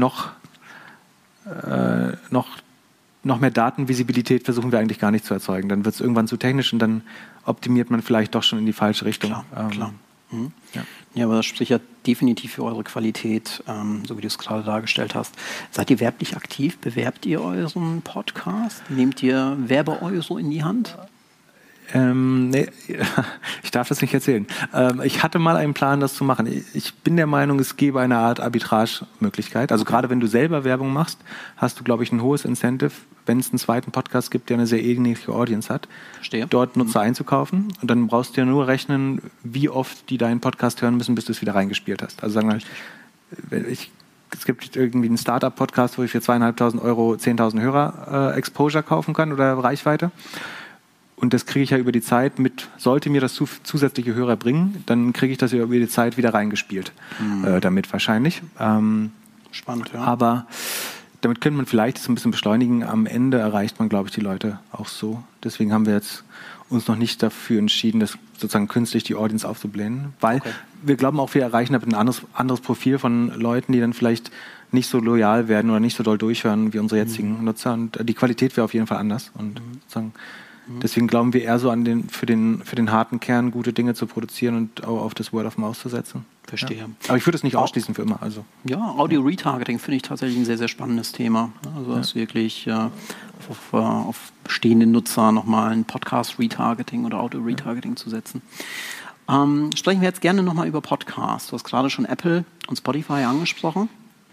mehr Datenvisibilität versuchen wir eigentlich gar nicht zu erzeugen. Dann wird es irgendwann zu technisch und dann optimiert man vielleicht doch schon in die falsche Richtung. Klar. Ja, aber das spricht ja definitiv für eure Qualität, so wie du es gerade dargestellt hast. Seid ihr werblich aktiv? Bewerbt ihr euren Podcast? Nehmt ihr Werbe-Euro in die Hand? Nee, ich darf das nicht erzählen. Ich hatte mal einen Plan, das zu machen. Ich bin der Meinung, es gäbe eine Art Arbitrage-Möglichkeit. Also gerade wenn du selber Werbung machst, hast du, glaube ich, ein hohes Incentive, wenn es einen zweiten Podcast gibt, der eine sehr ähnliche Audience hat, dort Nutzer einzukaufen. Und dann brauchst du ja nur rechnen, wie oft die deinen Podcast hören müssen, bis du es wieder reingespielt hast. Also sagen wir, es gibt irgendwie einen Startup-Podcast, wo ich für 2.500 Euro 10.000 Hörer Exposure kaufen kann oder Reichweite. Und das kriege ich ja über die Zeit sollte mir das zusätzliche Hörer bringen, dann kriege ich das über die Zeit wieder reingespielt. Damit wahrscheinlich. Spannend, ja. Aber damit könnte man vielleicht das ein bisschen beschleunigen. Am Ende erreicht man, glaube ich, die Leute auch so. Deswegen haben wir jetzt uns noch nicht dafür entschieden, das sozusagen künstlich die Audience aufzublähen. Weil wir glauben auch, wir erreichen damit ein anderes Profil von Leuten, die dann vielleicht nicht so loyal werden oder nicht so doll durchhören wie unsere jetzigen Nutzer. Und die Qualität wäre auf jeden Fall anders. Und sozusagen deswegen glauben wir eher so an für den harten Kern gute Dinge zu produzieren und auch auf das Word of Mouth zu setzen. Verstehe. Ja. Aber ich würde es nicht ausschließen für immer. Also. Ja, Audio-Retargeting finde ich tatsächlich ein sehr, sehr spannendes Thema. Also das wirklich auf bestehende Nutzer nochmal ein Podcast-Retargeting oder Audio-Retargeting zu setzen. Sprechen wir jetzt gerne nochmal über Podcasts. Du hast gerade schon Apple und Spotify angesprochen.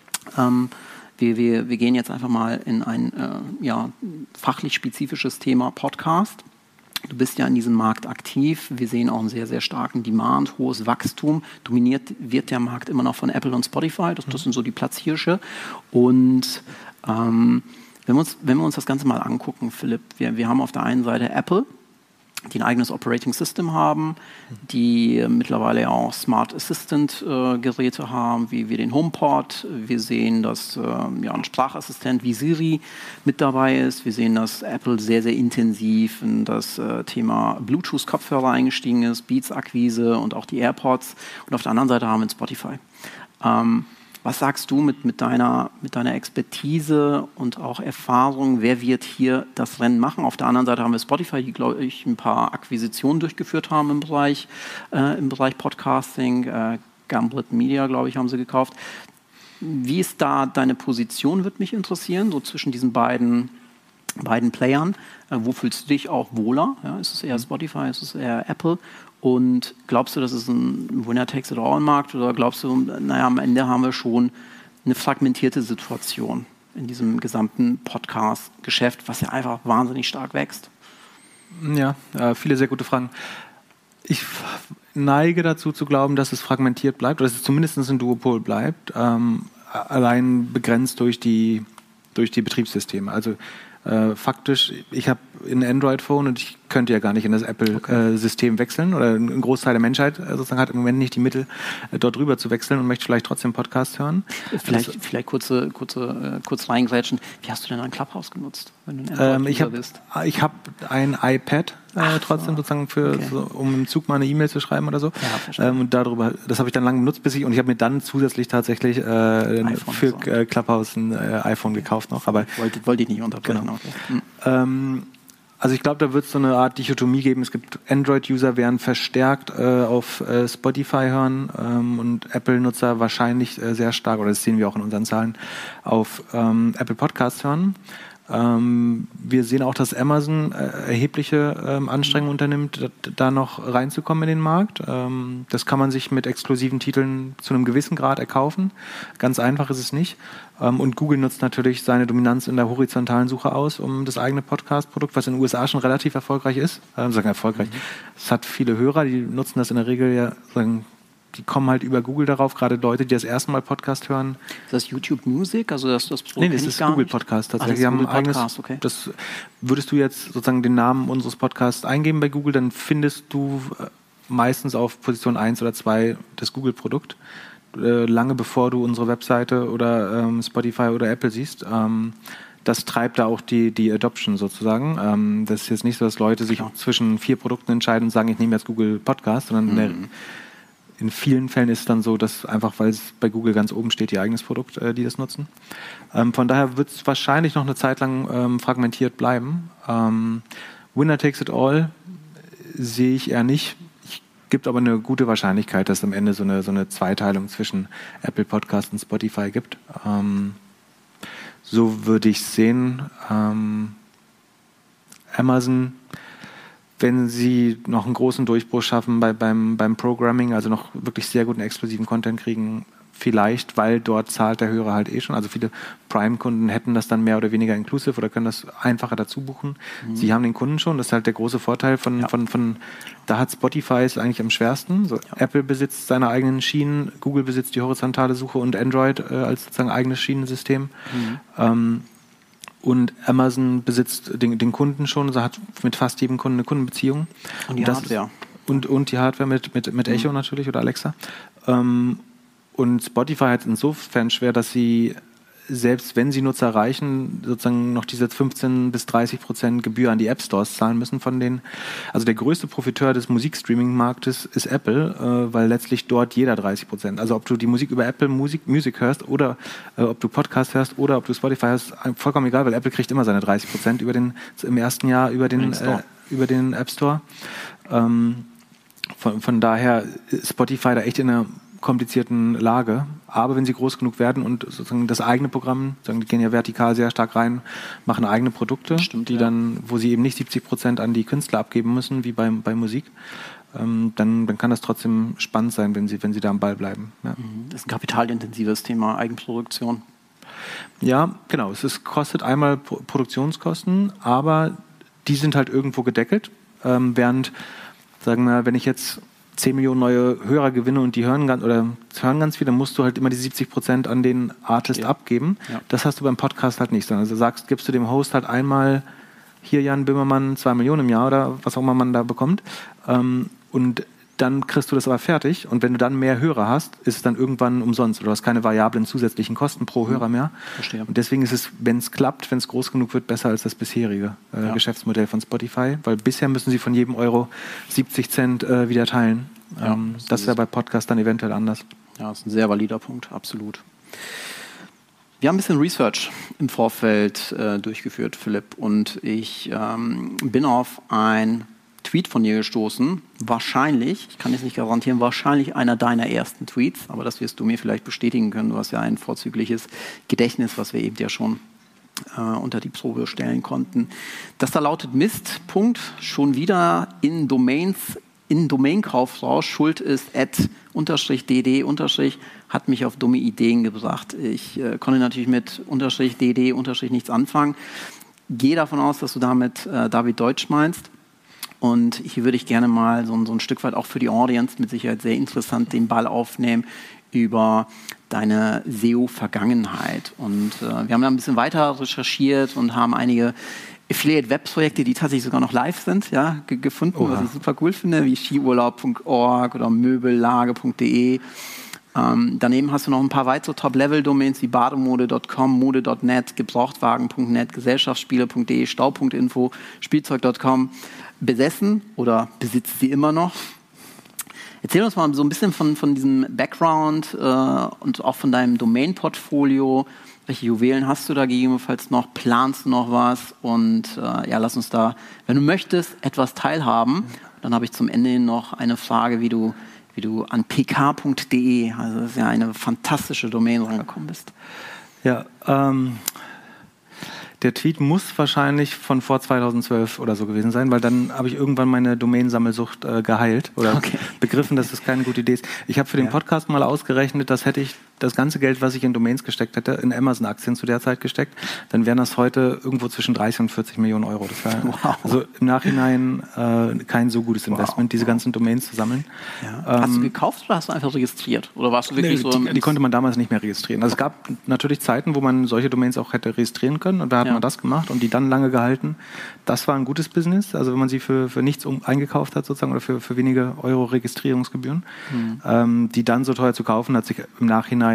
Wir gehen jetzt einfach mal in ein fachlich spezifisches Thema Podcast. Du bist ja in diesem Markt aktiv. Wir sehen auch einen sehr, sehr starken Demand, hohes Wachstum. Dominiert wird der Markt immer noch von Apple und Spotify. Das sind so die Platzhirsche. Und wenn wir uns das Ganze mal angucken, Philipp, wir haben auf der einen Seite Apple, die ein eigenes Operating System haben, die mittlerweile auch Smart Assistant Geräte haben, wie wir den HomePod. Wir sehen, dass ein Sprachassistent wie Siri mit dabei ist. Wir sehen, dass Apple sehr, sehr intensiv in das Thema Bluetooth-Kopfhörer eingestiegen ist, Beats-Akquise und auch die AirPods. Und auf der anderen Seite haben wir Spotify. Was sagst du mit deiner Expertise und auch Erfahrung, wer wird hier das Rennen machen? Auf der anderen Seite haben wir Spotify, die, glaube ich, ein paar Akquisitionen durchgeführt haben im Bereich Podcasting. Gamblet Media, glaube ich, haben sie gekauft. Wie ist da deine Position, würde mich interessieren, so zwischen diesen beiden Playern? Wo fühlst du dich auch wohler? Ja, ist es eher Spotify, ist es eher Apple? Und glaubst du, das ist ein Winner-Takes-it-all-Markt oder glaubst du, am Ende haben wir schon eine fragmentierte Situation in diesem gesamten Podcast-Geschäft, was ja einfach wahnsinnig stark wächst? Ja, viele sehr gute Fragen. Ich neige dazu zu glauben, dass es fragmentiert bleibt, oder dass es zumindest ein Duopol bleibt, allein begrenzt durch die Betriebssysteme. Also faktisch, ich habe ein Android-Phone und ich könnte ja gar nicht in das Apple-System wechseln, oder ein Großteil der Menschheit sozusagen hat im Moment nicht die Mittel, dort rüber zu wechseln und möchte vielleicht trotzdem Podcast hören. Vielleicht kurz reingrätschen. Wie hast du denn ein Clubhouse genutzt, wenn du ein Android-User bist? Ich habe ein iPad trotzdem sozusagen um im Zug mal eine E-Mail zu schreiben oder so. Ja, und das habe ich dann lange benutzt, und ich habe mir dann zusätzlich tatsächlich für Clubhouse ein iPhone gekauft noch. Aber wollte ich nicht unterbrechen. Genau. Okay. Also ich glaube, da wird es so eine Art Dichotomie geben. Es gibt Android-User, werden verstärkt auf Spotify hören und Apple-Nutzer wahrscheinlich sehr stark, oder das sehen wir auch in unseren Zahlen, auf Apple Podcasts hören. Wir sehen auch, dass Amazon erhebliche Anstrengungen unternimmt, da noch reinzukommen in den Markt. Das kann man sich mit exklusiven Titeln zu einem gewissen Grad erkaufen. Ganz einfach ist es nicht. Und Google nutzt natürlich seine Dominanz in der horizontalen Suche aus, um das eigene Podcast-Produkt, was in den USA schon relativ erfolgreich ist, es hat viele Hörer, die nutzen das in der Regel die kommen halt über Google darauf, gerade Leute, die das erste Mal Podcast hören. Ist das YouTube Music? Also das Nee, das ist Google Podcast tatsächlich. Das ist Google Podcast, okay. Das würdest du jetzt sozusagen den Namen unseres Podcasts eingeben bei Google, dann findest du meistens auf Position 1 oder 2 das Google-Produkt, lange bevor du unsere Webseite oder Spotify oder Apple siehst. Das treibt da auch die Adoption sozusagen. Das ist jetzt nicht so, dass Leute sich zwischen 4 Produkten entscheiden und sagen, ich nehme jetzt Google Podcast, sondern in vielen Fällen ist es dann so, dass einfach, weil es bei Google ganz oben steht, ihr eigenes Produkt, die das nutzen. Von daher wird es wahrscheinlich noch eine Zeit lang fragmentiert bleiben. Winner takes it all sehe ich eher nicht. Es gibt aber eine gute Wahrscheinlichkeit, dass es am Ende so eine Zweiteilung zwischen Apple Podcast und Spotify gibt. So würde ich sehen. Amazon, wenn sie noch einen großen Durchbruch schaffen beim Programming, also noch wirklich sehr guten exklusiven Content kriegen, vielleicht, weil dort zahlt der Hörer halt schon. Also viele Prime-Kunden hätten das dann mehr oder weniger inclusive oder können das einfacher dazu buchen. Sie haben den Kunden schon, das ist halt der große Vorteil da hat Spotify es eigentlich am schwersten. Apple besitzt seine eigenen Schienen, Google besitzt die horizontale Suche und Android als sozusagen eigenes Schienensystem. Und Amazon besitzt den Kunden schon, also hat mit fast jedem Kunden eine Kundenbeziehung. Und die Hardware. Und die Hardware mit Echo natürlich oder Alexa. Und Spotify hat es insofern schwer, dass sie, selbst wenn sie Nutzer erreichen, sozusagen noch diese 15-30% Gebühr an die App Stores zahlen müssen von denen. Also der größte Profiteur des Musikstreaming-Marktes ist Apple, weil letztlich dort jeder 30%. Also ob du die Musik über Apple Music hörst oder ob du Podcast hörst oder ob du Spotify hörst, vollkommen egal, weil Apple kriegt immer seine 30% im ersten Jahr über den App Store. Von daher ist Spotify da echt in einer komplizierten Lage, aber wenn sie groß genug werden und sozusagen das eigene Programm, die gehen ja vertikal sehr stark rein, machen eigene Produkte, wo sie eben nicht 70% an die Künstler abgeben müssen, wie bei Musik, dann kann das trotzdem spannend sein, wenn sie da am Ball bleiben. Ja. Das ist ein kapitalintensives Thema, Eigenproduktion. Ja, genau. Es kostet einmal Produktionskosten, aber die sind halt irgendwo gedeckelt, während, sagen wir, wenn ich jetzt 10 Millionen neue Hörer gewinne und die hören ganz viel, dann musst du halt immer die 70% an den Artist abgeben. Ja. Das hast du beim Podcast halt nicht, sondern gibst du dem Host halt einmal hier Jan Böhmermann 2 Millionen im Jahr oder was auch immer man da bekommt. Und dann kriegst du das aber fertig und wenn du dann mehr Hörer hast, ist es dann irgendwann umsonst. Du hast keine variablen zusätzlichen Kosten pro Hörer mehr. Verstehe. Und deswegen ist es, wenn es klappt, wenn es groß genug wird, besser als das bisherige Geschäftsmodell von Spotify, weil bisher müssen sie von jedem Euro 70 Cent wieder teilen. Das wäre bei Podcast dann eventuell anders. Ja, das ist ein sehr valider Punkt, absolut. Wir haben ein bisschen Research im Vorfeld durchgeführt, Philipp, und ich bin auf ein Tweet von dir gestoßen, wahrscheinlich, ich kann jetzt nicht garantieren, wahrscheinlich einer deiner ersten Tweets, aber das wirst du mir vielleicht bestätigen können. Du hast ja ein vorzügliches Gedächtnis, was wir eben ja schon unter die Probe stellen konnten. Das da lautet Mist, Punkt, schon wieder in Domainkaufrausch, Schuld ist @_dd_ hat mich auf dumme Ideen gebracht. Ich konnte natürlich mit _dd_ nichts anfangen. Gehe davon aus, dass du damit David Deutsch meinst. Und hier würde ich gerne mal so ein Stück weit auch für die Audience mit Sicherheit sehr interessant den Ball aufnehmen über deine SEO-Vergangenheit. Und wir haben da ein bisschen weiter recherchiert und haben einige Affiliate-Web-Projekte, die tatsächlich sogar noch live sind, gefunden, was ich super cool finde, wie skiurlaub.org oder möbellage.de. Daneben hast du noch ein paar weitere Top-Level-Domains wie bademode.com, mode.net, gebrauchtwagen.net, gesellschaftsspiele.de, stau.info, spielzeug.com besessen oder besitzt sie immer noch. Erzähl uns mal so ein bisschen von diesem Background und auch von deinem Domain-Portfolio. Welche Juwelen hast du da gegebenenfalls noch? Planst du noch was? Und lass uns da, wenn du möchtest, etwas teilhaben. Dann habe ich zum Ende hin noch eine Frage, wie du an pk.de, also das ist ja eine fantastische Domain, rangekommen bist. Ja, der Tweet muss wahrscheinlich von vor 2012 oder so gewesen sein, weil dann habe ich irgendwann meine Domainsammelsucht geheilt oder begriffen, dass das keine gute Idee ist. Ich habe für den Podcast mal ausgerechnet, dass hätte ich das ganze Geld, was ich in Domains gesteckt hätte, in Amazon-Aktien zu der Zeit gesteckt, dann wären das heute irgendwo zwischen 30 und 40 Millionen Euro. Das wäre also im Nachhinein kein so gutes Investment, diese ganzen Domains zu sammeln. Ja. Hast du gekauft oder hast du einfach registriert? Oder warst du wirklich die konnte man damals nicht mehr registrieren. Also es gab natürlich Zeiten, wo man solche Domains auch hätte registrieren können und da hat man das gemacht und die dann lange gehalten. Das war ein gutes Business, also wenn man sie für nichts eingekauft hat sozusagen oder für wenige Euro Registrierungsgebühren. Die dann so teuer zu kaufen, hat sich im Nachhinein,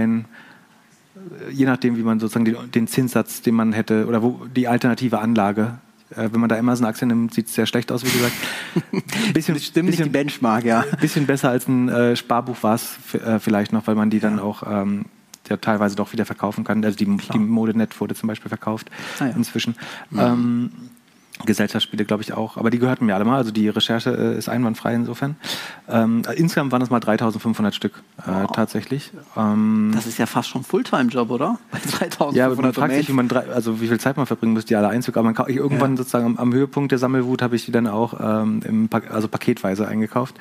je nachdem, wie man sozusagen den Zinssatz, den man hätte, oder wo die alternative Anlage, wenn man da Amazon-Aktien nimmt, sieht es sehr schlecht aus, wie gesagt. Nicht die Benchmark, ja. Ein bisschen besser als ein Sparbuch war es vielleicht noch, weil man die dann auch teilweise doch wieder verkaufen kann. Also die Mode.net wurde zum Beispiel verkauft inzwischen. Gesellschaftsspiele, glaube ich, auch. Aber die gehörten mir alle mal. Also die Recherche ist einwandfrei insofern. Insgesamt waren es mal 3.500 Stück tatsächlich. Das ist ja fast schon ein Fulltime-Job, oder? Bei 3.500 Ja, man fragt sich, wie viel Zeit man verbringen muss, die alle einzukaufen. Aber irgendwann sozusagen am Höhepunkt der Sammelwut habe ich die dann auch paketweise eingekauft.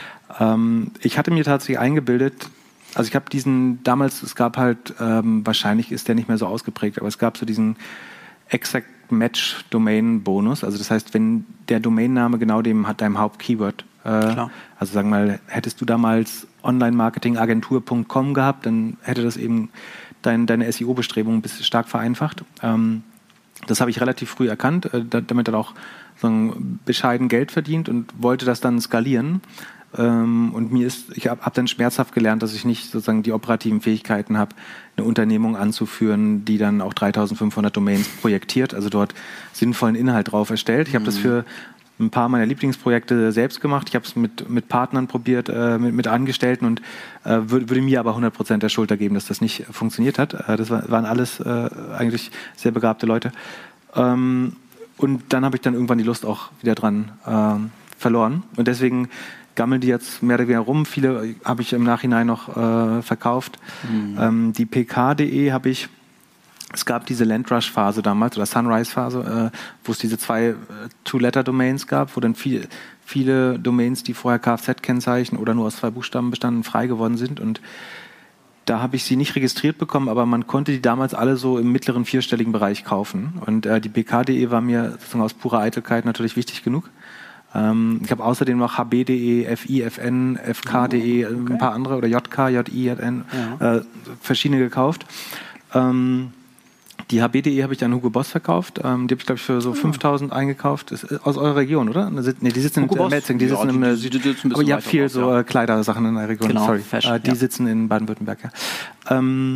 Ich hatte mir tatsächlich eingebildet, also ich habe damals, es gab halt, wahrscheinlich ist der nicht mehr so ausgeprägt, aber es gab so diesen Exact Match Domain Bonus. Also das heißt, wenn der Domainname genau deinem Hauptkeyword, also sagen wir mal, hättest du damals Online-Marketing-Agentur.com gehabt, dann hätte das eben deine SEO-Bestrebungen stark vereinfacht. Das habe ich relativ früh erkannt, damit dann auch bescheiden Geld verdient und wollte das dann skalieren. Und ich habe dann schmerzhaft gelernt, dass ich nicht sozusagen die operativen Fähigkeiten habe, eine Unternehmung anzuführen, die dann auch 3.500 Domains projektiert, also dort sinnvollen Inhalt drauf erstellt. Ich habe das für ein paar meiner Lieblingsprojekte selbst gemacht. Ich habe es mit Partnern probiert, mit Angestellten und würde mir aber 100% der Schuld geben, dass das nicht funktioniert hat. Das waren alles eigentlich sehr begabte Leute. Und dann habe ich dann irgendwann die Lust auch wieder dran verloren. Und deswegen gammeln die jetzt mehr oder weniger rum. Viele habe ich im Nachhinein noch verkauft. Die pk.de habe ich, es gab diese Landrush-Phase damals oder Sunrise-Phase, wo es diese 2 Two-Letter-Domains gab, wo dann viele Domains, die vorher Kfz-Kennzeichen oder nur aus 2 Buchstaben bestanden, frei geworden sind. Und da habe ich sie nicht registriert bekommen, aber man konnte die damals alle so im mittleren 4-stelligen Bereich kaufen. Und die pk.de war mir sozusagen aus purer Eitelkeit natürlich wichtig genug. Ich habe außerdem noch hb.de, FIFN, fk.de, ein paar andere, oder JK, JI, JN, verschiedene gekauft. Die HB.de habe ich an Hugo Boss verkauft. Die habe ich, glaube ich, für so 5.000 eingekauft. Ist aus eurer Region, oder? Die sitzen in Metzing. Die sitzen aber ihr habt viel so Kleidersachen in der Region. Genau, Sorry. Fashion, die sitzen in Baden-Württemberg, ja.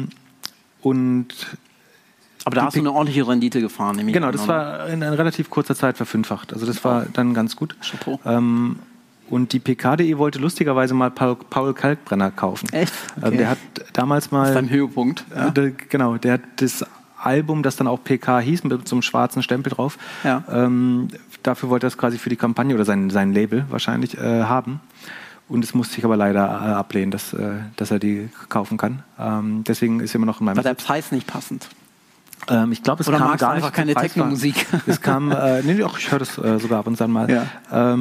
Aber da hast du eine ordentliche Rendite gefahren. Nämlich genau, das war in relativ kurzer Zeit verfünffacht. Also das war dann ganz gut. Chapeau. Und die PK.de wollte lustigerweise mal Paul Kalkbrenner kaufen. Echt? Okay. Der hat damals mal... Das ist dein Höhepunkt. Ja? Der hat das Album, das dann auch PK hieß, mit so einem schwarzen Stempel drauf. Ja. Dafür wollte er es quasi für die Kampagne oder sein Label wahrscheinlich haben. Und es musste ich aber leider ablehnen, dass er die kaufen kann. Deswegen ist immer noch in meinem... War der Preis nicht passend? Ich glaube, es Oder kam magst gar du einfach nicht keine Techno-Musik? Es kam, ich höre das sogar ab und an mal. Ja.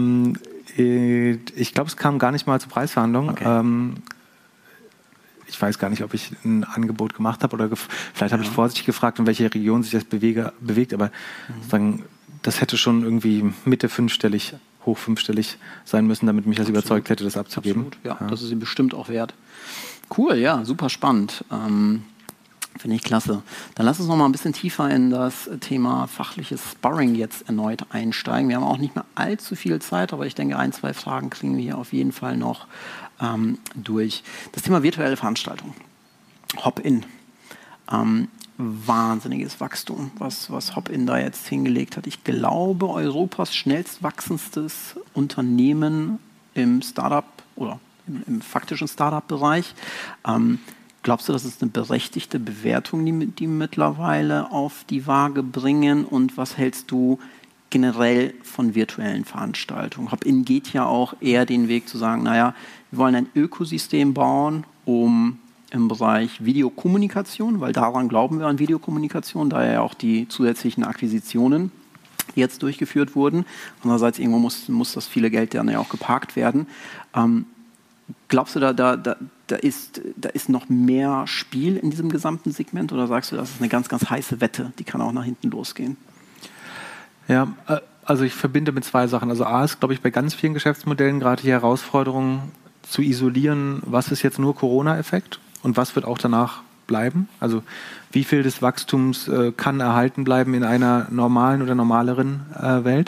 Ich glaube, es kam gar nicht mal zur Preisverhandlung. Okay. Ich weiß gar nicht, ob ich ein Angebot gemacht habe oder vielleicht habe ich vorsichtig gefragt, in welche Region sich das bewegt, aber sagen, das hätte schon irgendwie Mitte fünfstellig, hoch fünfstellig sein müssen, damit mich das überzeugt hätte, das abzugeben. Absolut. Ja, das ist ihm bestimmt auch wert. Cool, ja, super spannend. Finde ich klasse. Dann lass uns noch mal ein bisschen tiefer in das Thema fachliches Sparring jetzt erneut einsteigen. Wir haben auch nicht mehr allzu viel Zeit, aber ich denke, 1, 2 Fragen kriegen wir hier auf jeden Fall noch durch. Das Thema virtuelle Veranstaltung. Hop-In. Wahnsinniges Wachstum, was Hop-In da jetzt hingelegt hat. Ich glaube, Europas schnellst wachsendstes Unternehmen im Startup oder im faktischen Startup-Bereich. Glaubst du, das ist eine berechtigte Bewertung, die mittlerweile auf die Waage bringen? Und was hältst du generell von virtuellen Veranstaltungen? Hop-In geht ja auch eher den Weg zu sagen, naja, wir wollen ein Ökosystem bauen, um im Bereich Videokommunikation, weil daran glauben wir an Videokommunikation, daher ja auch die zusätzlichen Akquisitionen jetzt durchgeführt wurden. Andererseits irgendwo muss das viele Geld dann ja auch geparkt werden. Glaubst du, da ist noch mehr Spiel in diesem gesamten Segment oder sagst du, das ist eine ganz, ganz heiße Wette, die kann auch nach hinten losgehen? Ja, also ich verbinde mit 2 Sachen. Also A ist, glaube ich, bei ganz vielen Geschäftsmodellen gerade die Herausforderung zu isolieren, was ist jetzt nur Corona-Effekt und was wird auch danach bleiben. Also wie viel des Wachstums kann erhalten bleiben in einer normalen oder normaleren Welt.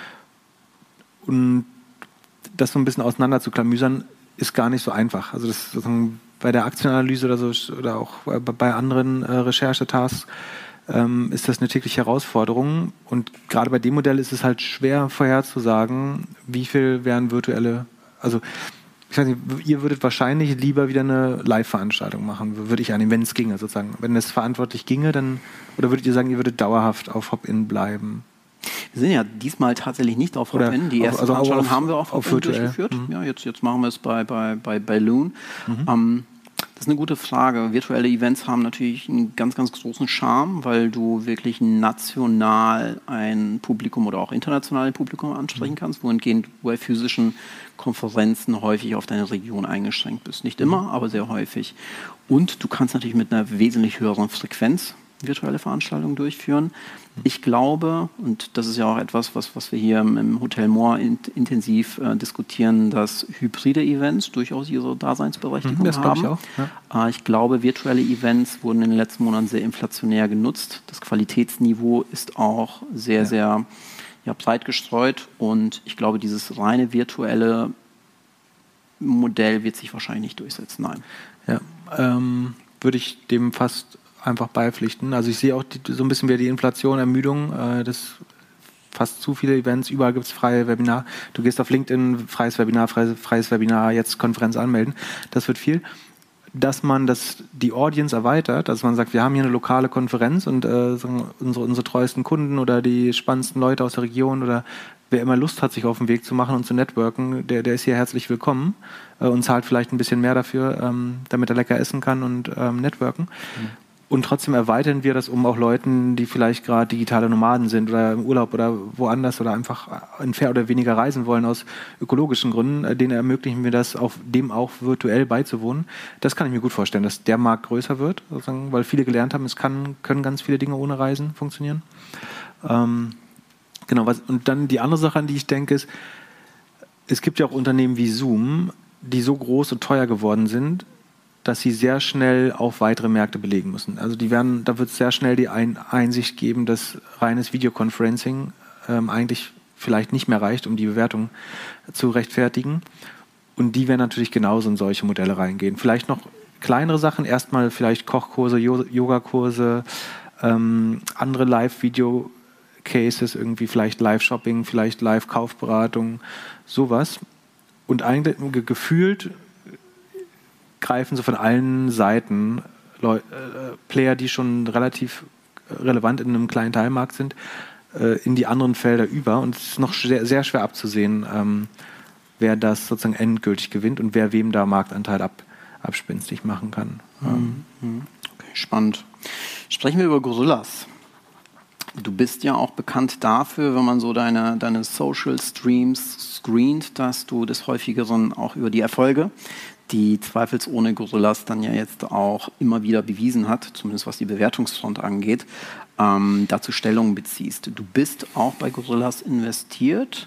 Und das so ein bisschen auseinander zu klamüsern, ist gar nicht so einfach. Also das bei der Aktienanalyse oder so oder auch bei anderen Recherchetasks ist das eine tägliche Herausforderung. Und gerade bei dem Modell ist es halt schwer vorherzusagen, wie viel wären virtuelle, also ich weiß nicht, ihr würdet wahrscheinlich lieber wieder eine Live-Veranstaltung machen, würde ich annehmen, wenn es ginge sozusagen. Wenn es verantwortlich ginge, dann, oder würdet ihr sagen, ihr würdet dauerhaft auf Hop-In bleiben? Wir sind ja diesmal tatsächlich nicht auf Hop-In. Die erste Veranstaltung haben wir auf Hop-In durchgeführt. Ja, jetzt machen wir es bei Balloon. Das ist eine gute Frage. Virtuelle Events haben natürlich einen ganz, ganz großen Charme, weil du wirklich national ein Publikum oder auch international ein Publikum ansprechen kannst, wohingehend du bei physischen Konferenzen häufig auf deine Region eingeschränkt bist. Nicht immer, aber sehr häufig. Und du kannst natürlich mit einer wesentlich höheren Frequenz virtuelle Veranstaltungen durchführen. Ich glaube, und das ist ja auch etwas, was wir hier im Hotel Moor intensiv diskutieren, dass hybride Events durchaus ihre Daseinsberechtigung das haben. glaube ich auch. Ja. Ich glaube, virtuelle Events wurden in den letzten Monaten sehr inflationär genutzt. Das Qualitätsniveau ist auch sehr, sehr breit gestreut und ich glaube, dieses reine virtuelle Modell wird sich wahrscheinlich nicht durchsetzen. Nein. Ja, würde ich dem fast einfach beipflichten. Also ich sehe auch so ein bisschen wieder die Inflation, Ermüdung, das fast zu viele Events, überall gibt es freie Webinar. Du gehst auf LinkedIn, freies Webinar, jetzt Konferenz anmelden. Das wird viel. Dass man die Audience erweitert, dass man sagt, wir haben hier eine lokale Konferenz und unsere treuesten Kunden oder die spannendsten Leute aus der Region oder wer immer Lust hat, sich auf den Weg zu machen und zu networken, der ist hier herzlich willkommen und zahlt vielleicht ein bisschen mehr dafür, damit er lecker essen kann und networken. Und trotzdem erweitern wir das um auch Leuten, die vielleicht gerade digitale Nomaden sind oder im Urlaub oder woanders oder einfach entfernt oder weniger reisen wollen aus ökologischen Gründen. Denen ermöglichen wir das, dem auch virtuell beizuwohnen. Das kann ich mir gut vorstellen, dass der Markt größer wird, sozusagen, weil viele gelernt haben, können ganz viele Dinge ohne Reisen funktionieren. Genau. Und dann die andere Sache, an die ich denke, ist, es gibt ja auch Unternehmen wie Zoom, die so groß und teuer geworden sind, dass sie sehr schnell auf weitere Märkte belegen müssen. Also da wird es sehr schnell die Einsicht geben, dass reines Videoconferencing eigentlich vielleicht nicht mehr reicht, um die Bewertung zu rechtfertigen. Und die werden natürlich genauso in solche Modelle reingehen. Vielleicht noch kleinere Sachen, erstmal vielleicht Kochkurse, Yogakurse, andere Live-Video-Cases, irgendwie vielleicht Live-Shopping, vielleicht Live-Kaufberatung, sowas. Und eigentlich gefühlt greifen so von allen Seiten Player, die schon relativ relevant in einem kleinen Teilmarkt sind, in die anderen Felder über. Und es ist noch sehr, sehr schwer abzusehen, wer das sozusagen endgültig gewinnt und wer wem da Marktanteil abspenstig machen kann. Okay, spannend. Sprechen wir über Gorillas. Du bist ja auch bekannt dafür, wenn man so deine Social Streams screent, dass du des Häufigeren auch über die Erfolge, die zweifelsohne Gorillas dann ja jetzt auch immer wieder bewiesen hat, zumindest was die Bewertungsfront angeht, dazu Stellung beziehst. Du bist auch bei Gorillas investiert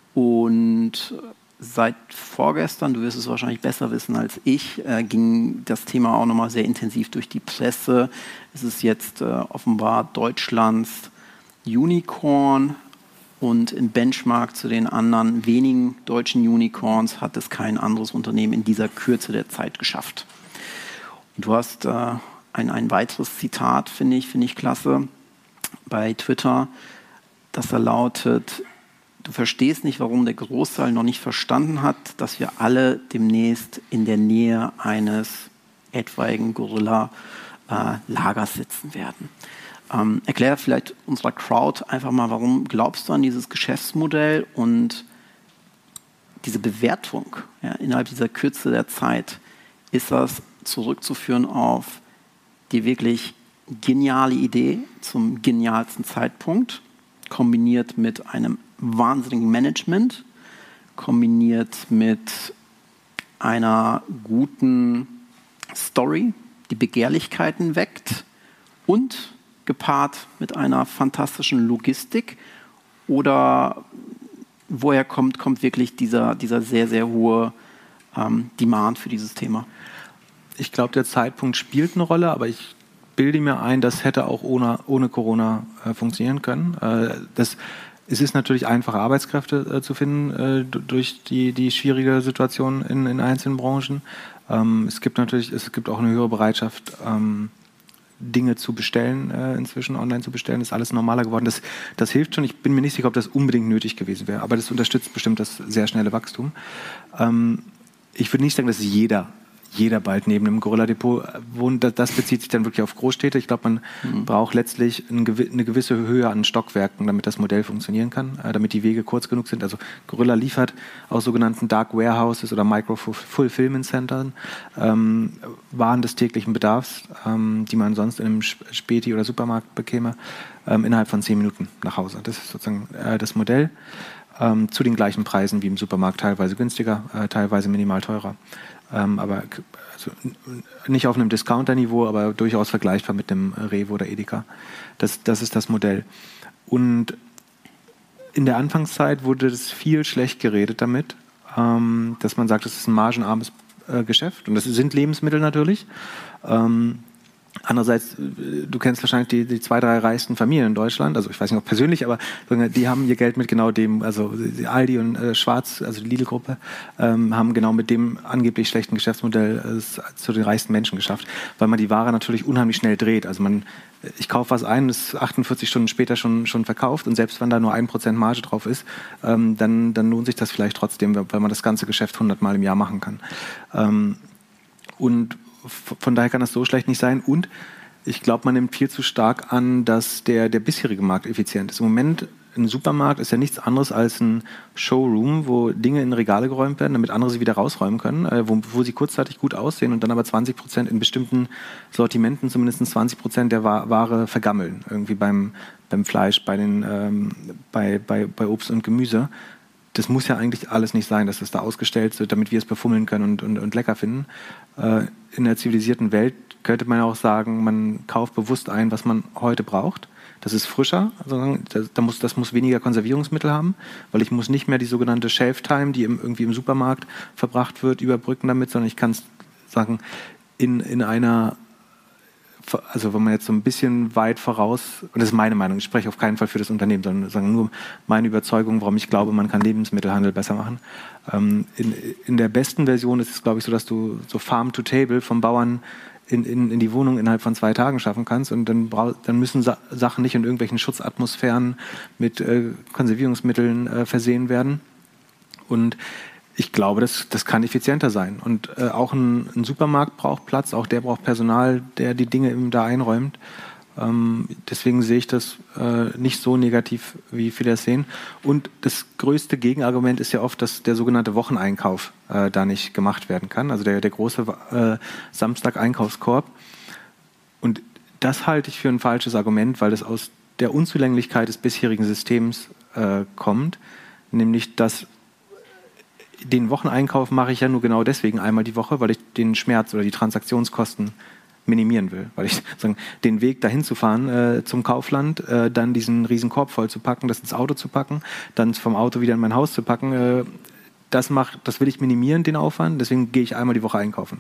und seit vorgestern, du wirst es wahrscheinlich besser wissen als ich, ging das Thema auch nochmal sehr intensiv durch die Presse. Es ist jetzt offenbar Deutschlands Unicorn und im Benchmark zu den anderen wenigen deutschen Unicorns hat es kein anderes Unternehmen in dieser Kürze der Zeit geschafft. Und du hast ein weiteres Zitat, finde ich klasse, bei Twitter, das da lautet: Du verstehst nicht, warum der Großteil noch nicht verstanden hat, dass wir alle demnächst in der Nähe eines etwaigen Gorilla-Lagers sitzen werden. Erklär vielleicht unserer Crowd einfach mal, warum glaubst du an dieses Geschäftsmodell und diese Bewertung innerhalb dieser Kürze der Zeit? Ist das zurückzuführen auf die wirklich geniale Idee zum genialsten Zeitpunkt, kombiniert mit einem wahnsinnigen Management, kombiniert mit einer guten Story, die Begehrlichkeiten weckt und gepaart mit einer fantastischen Logistik? Oder woher kommt wirklich dieser sehr, sehr hohe Demand für dieses Thema? Ich glaube, der Zeitpunkt spielt eine Rolle, aber ich bilde mir ein, das hätte auch ohne Corona funktionieren können. Es ist natürlich einfacher, Arbeitskräfte zu finden durch die schwierige Situation in einzelnen Branchen. Es gibt auch eine höhere Bereitschaft, Dinge zu bestellen, inzwischen online zu bestellen. Das ist alles normaler geworden. Das hilft schon. Ich bin mir nicht sicher, ob das unbedingt nötig gewesen wäre, aber das unterstützt bestimmt das sehr schnelle Wachstum. Ich würde nicht sagen, dass jeder bald neben einem Gorilla-Depot wohnt. Das bezieht sich dann wirklich auf Großstädte. Ich glaube, man braucht letztlich eine gewisse Höhe an Stockwerken, damit das Modell funktionieren kann, damit die Wege kurz genug sind. Also Gorilla liefert aus sogenannten Dark Warehouses oder Micro-Fulfillment-Centern Waren des täglichen Bedarfs, die man sonst in einem Späti oder Supermarkt bekäme, innerhalb von 10 Minuten nach Hause. Das ist sozusagen das Modell. Zu den gleichen Preisen wie im Supermarkt, teilweise günstiger, teilweise minimal teurer. Aber also nicht auf einem Discounter-Niveau, aber durchaus vergleichbar mit dem Rewe oder Edeka. Das ist das Modell. Und in der Anfangszeit wurde das viel schlecht geredet damit, dass man sagt, das ist ein margenarmes Geschäft. Und das sind Lebensmittel natürlich. Andererseits, du kennst wahrscheinlich die 2, 3 reichsten Familien in Deutschland, also ich weiß nicht, ob persönlich, aber die haben ihr Geld mit genau dem, also Aldi und Schwarz, also die Lidl-Gruppe, haben genau mit dem angeblich schlechten Geschäftsmodell zu den reichsten Menschen geschafft, weil man die Ware natürlich unheimlich schnell dreht. Also ich kaufe was ein, das ist 48 Stunden später schon verkauft und selbst wenn da nur 1% Marge drauf ist, dann lohnt sich das vielleicht trotzdem, weil man das ganze Geschäft 100 Mal im Jahr machen kann. Und von daher kann das so schlecht nicht sein. Und ich glaube, man nimmt viel zu stark an, dass der bisherige Markt effizient ist. Im Moment, ein Supermarkt ist ja nichts anderes als ein Showroom, wo Dinge in Regale geräumt werden, damit andere sie wieder rausräumen können, wo sie kurzzeitig gut aussehen und dann aber 20% in bestimmten Sortimenten, zumindest 20% der Ware vergammeln. Irgendwie beim Fleisch, bei Obst und Gemüse. Das muss ja eigentlich alles nicht sein, dass es da ausgestellt wird, damit wir es befummeln können und lecker finden. In der zivilisierten Welt könnte man auch sagen, man kauft bewusst ein, was man heute braucht. Das ist frischer, also das muss weniger Konservierungsmittel haben, weil ich muss nicht mehr die sogenannte Shelf Time, die irgendwie im Supermarkt verbracht wird, überbrücken damit, sondern ich kann sagen, in einer, also wenn man jetzt so ein bisschen weit voraus, und das ist meine Meinung, ich spreche auf keinen Fall für das Unternehmen, sondern sagen nur meine Überzeugung, warum ich glaube, man kann Lebensmittelhandel besser machen. In der besten Version ist es, glaube ich, so, dass du so Farm to Table vom Bauern in die Wohnung innerhalb von 2 Tagen schaffen kannst, und dann müssen Sachen nicht in irgendwelchen Schutzatmosphären mit Konservierungsmitteln versehen werden. Und ich glaube, das kann effizienter sein. Und auch ein Supermarkt braucht Platz, auch der braucht Personal, der die Dinge da einräumt. Deswegen sehe ich das nicht so negativ, wie viele das sehen. Und das größte Gegenargument ist ja oft, dass der sogenannte Wocheneinkauf da nicht gemacht werden kann. Also der große Samstag-Einkaufskorb. Und das halte ich für ein falsches Argument, weil das aus der Unzulänglichkeit des bisherigen Systems kommt. Nämlich, dass den Wocheneinkauf mache ich ja nur genau deswegen einmal die Woche, weil ich den Schmerz oder die Transaktionskosten minimieren will. Weil ich den Weg dahin zu fahren zum Kaufland, dann diesen riesen Korb voll zu packen, das ins Auto zu packen, dann vom Auto wieder in mein Haus zu packen, das will ich minimieren, den Aufwand. Deswegen gehe ich einmal die Woche einkaufen.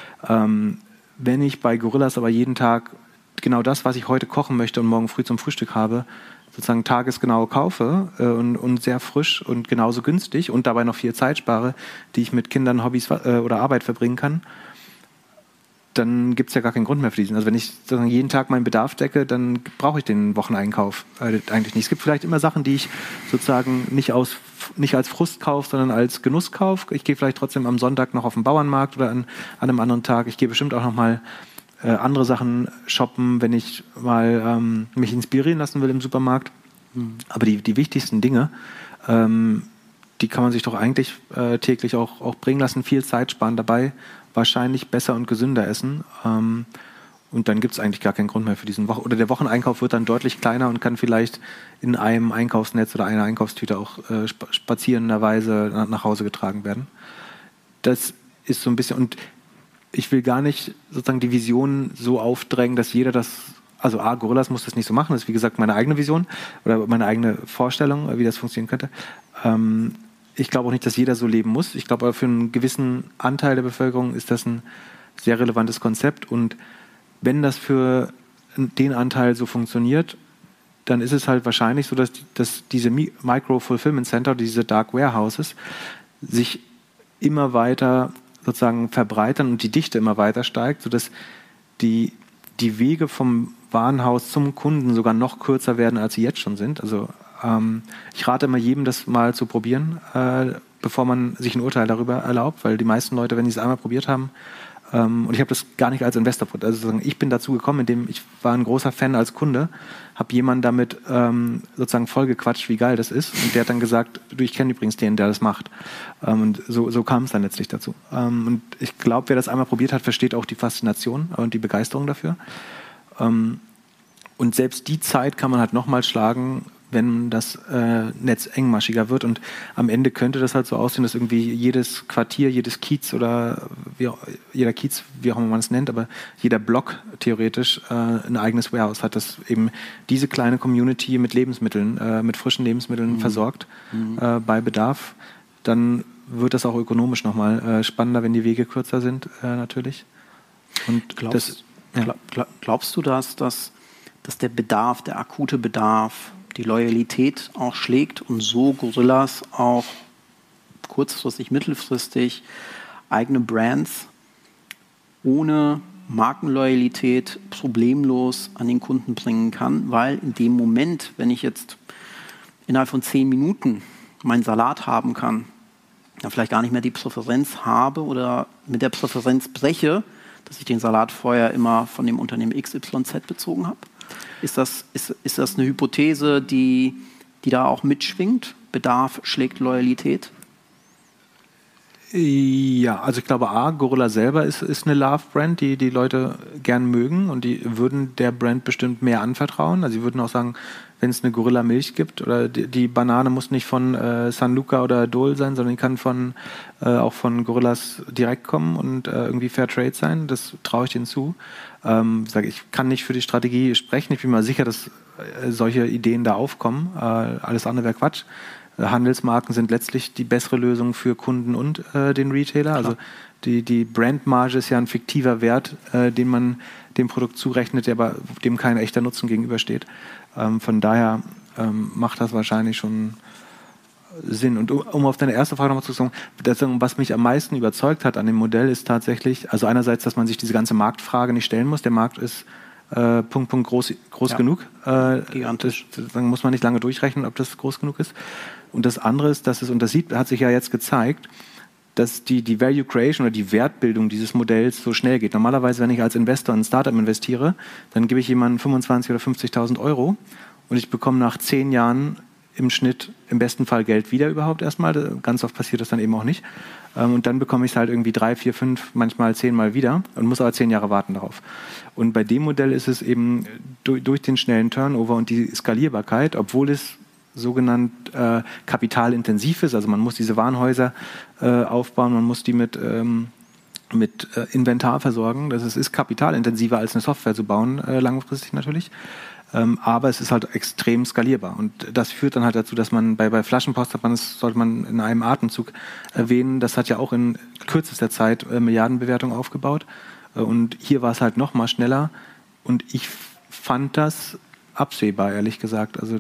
Wenn ich bei Gorillas aber jeden Tag genau das, was ich heute kochen möchte und morgen früh zum Frühstück habe, sozusagen tagesgenau kaufe und sehr frisch und genauso günstig und dabei noch viel Zeit spare, die ich mit Kindern, Hobbys oder Arbeit verbringen kann, dann gibt es ja gar keinen Grund mehr für diesen. Also wenn ich sozusagen jeden Tag meinen Bedarf decke, dann brauche ich den Wocheneinkauf eigentlich nicht. Es gibt vielleicht immer Sachen, die ich sozusagen nicht als Frustkauf, sondern als Genusskauf. Ich gehe vielleicht trotzdem am Sonntag noch auf den Bauernmarkt oder an einem anderen Tag. Ich gehe bestimmt auch noch mal andere Sachen shoppen, wenn ich mal mich inspirieren lassen will im Supermarkt. Aber die wichtigsten Dinge, die kann man sich doch eigentlich täglich auch bringen lassen, viel Zeit sparen dabei, wahrscheinlich besser und gesünder essen. Und dann gibt es eigentlich gar keinen Grund mehr für diesen oder der Wocheneinkauf wird dann deutlich kleiner und kann vielleicht in einem Einkaufsnetz oder einer Einkaufstüte auch spazierenderweise nach Hause getragen werden. Das ist so ein bisschen, und ich will gar nicht sozusagen die Vision so aufdrängen, dass jeder also Gorillas muss das nicht so machen, das ist wie gesagt meine eigene Vision oder meine eigene Vorstellung, wie das funktionieren könnte. Ich glaube auch nicht, dass jeder so leben muss. Ich glaube aber für einen gewissen Anteil der Bevölkerung ist das ein sehr relevantes Konzept, und wenn das für den Anteil so funktioniert, dann ist es halt wahrscheinlich so, dass diese Micro-Fulfillment Center, diese Dark Warehouses, sich immer weiter sozusagen verbreitern und die Dichte immer weiter steigt, sodass die Wege vom Warenhaus zum Kunden sogar noch kürzer werden, als sie jetzt schon sind. Also ich rate immer jedem, das mal zu probieren, bevor man sich ein Urteil darüber erlaubt, weil die meisten Leute, wenn sie es einmal probiert haben, und ich habe das gar nicht als Investor, also ich bin dazu gekommen, indem ich war ein großer Fan als Kunde, habe jemanden damit sozusagen vollgequatscht, wie geil das ist, und der hat dann gesagt, du, ich kenne übrigens den, der das macht. Und so kam es dann letztlich dazu. Und ich glaube, wer das einmal probiert hat, versteht auch die Faszination und die Begeisterung dafür. Und selbst die Zeit kann man halt nochmal schlagen, wenn das Netz engmaschiger wird, und am Ende könnte das halt so aussehen, dass irgendwie jedes Quartier, jedes Kiez oder jeder Kiez, wie auch immer man es nennt, aber jeder Block theoretisch ein eigenes Warehouse hat, das eben diese kleine Community mit Lebensmitteln, mit frischen Lebensmitteln versorgt bei Bedarf. Dann wird das auch ökonomisch nochmal spannender, wenn die Wege kürzer sind natürlich. Und glaubst du, dass der Bedarf, der akute Bedarf, die Loyalität auch schlägt und so Gorillas auch kurzfristig, mittelfristig eigene Brands ohne Markenloyalität problemlos an den Kunden bringen kann, weil in dem Moment, wenn ich jetzt innerhalb von 10 Minuten meinen Salat haben kann, dann vielleicht gar nicht mehr die Präferenz habe oder mit der Präferenz breche, dass ich den Salat vorher immer von dem Unternehmen XYZ bezogen habe? Ist das eine Hypothese, die da auch mitschwingt? Bedarf schlägt Loyalität? Ja, also ich glaube, Gorilla selber ist eine Love-Brand, die Leute gern mögen, und die würden der Brand bestimmt mehr anvertrauen. Also sie würden auch sagen, wenn es eine Gorilla-Milch gibt oder die Banane muss nicht von San Luca oder Dole sein, sondern die kann auch von Gorillas direkt kommen und irgendwie Fairtrade sein. Das traue ich denen zu. Ich kann nicht für die Strategie sprechen. Ich bin mir sicher, dass solche Ideen da aufkommen. Alles andere wäre Quatsch. Handelsmarken sind letztlich die bessere Lösung für Kunden und den Retailer. Klar. Also die Brandmarge ist ja ein fiktiver Wert, den man dem Produkt zurechnet, der aber dem kein echter Nutzen gegenübersteht. Von daher macht das wahrscheinlich schon Sinn. Und um auf deine erste Frage nochmal zu sagen, was mich am meisten überzeugt hat an dem Modell ist tatsächlich, also einerseits, dass man sich diese ganze Marktfrage nicht stellen muss. Der Markt ist groß genug. Gigantisch. Dann muss man nicht lange durchrechnen, ob das groß genug ist. Und das andere ist, hat sich ja jetzt gezeigt, dass die Value Creation oder die Wertbildung dieses Modells so schnell geht. Normalerweise, wenn ich als Investor in ein Startup investiere, dann gebe ich jemandem 25.000 oder 50.000 Euro und ich bekomme nach 10 Jahren im Schnitt im besten Fall Geld wieder überhaupt erstmal. Ganz oft passiert das dann eben auch nicht. Und dann bekomme ich es halt irgendwie 3, 4, 5, manchmal 10 Mal wieder und muss aber 10 Jahre warten darauf. Und bei dem Modell ist es eben durch den schnellen Turnover und die Skalierbarkeit, obwohl es sogenannt kapitalintensiv ist, also man muss diese Warenhäuser aufbauen, man muss die mit Inventar versorgen. Das ist kapitalintensiver als eine Software zu bauen, langfristig natürlich. Aber es ist halt extrem skalierbar. Und das führt dann halt dazu, dass man bei Flaschenpost sollte man in einem Atemzug erwähnen, das hat ja auch in kürzester Zeit Milliardenbewertung aufgebaut. Und hier war es halt noch mal schneller. Und ich fand das absehbar, ehrlich gesagt. Also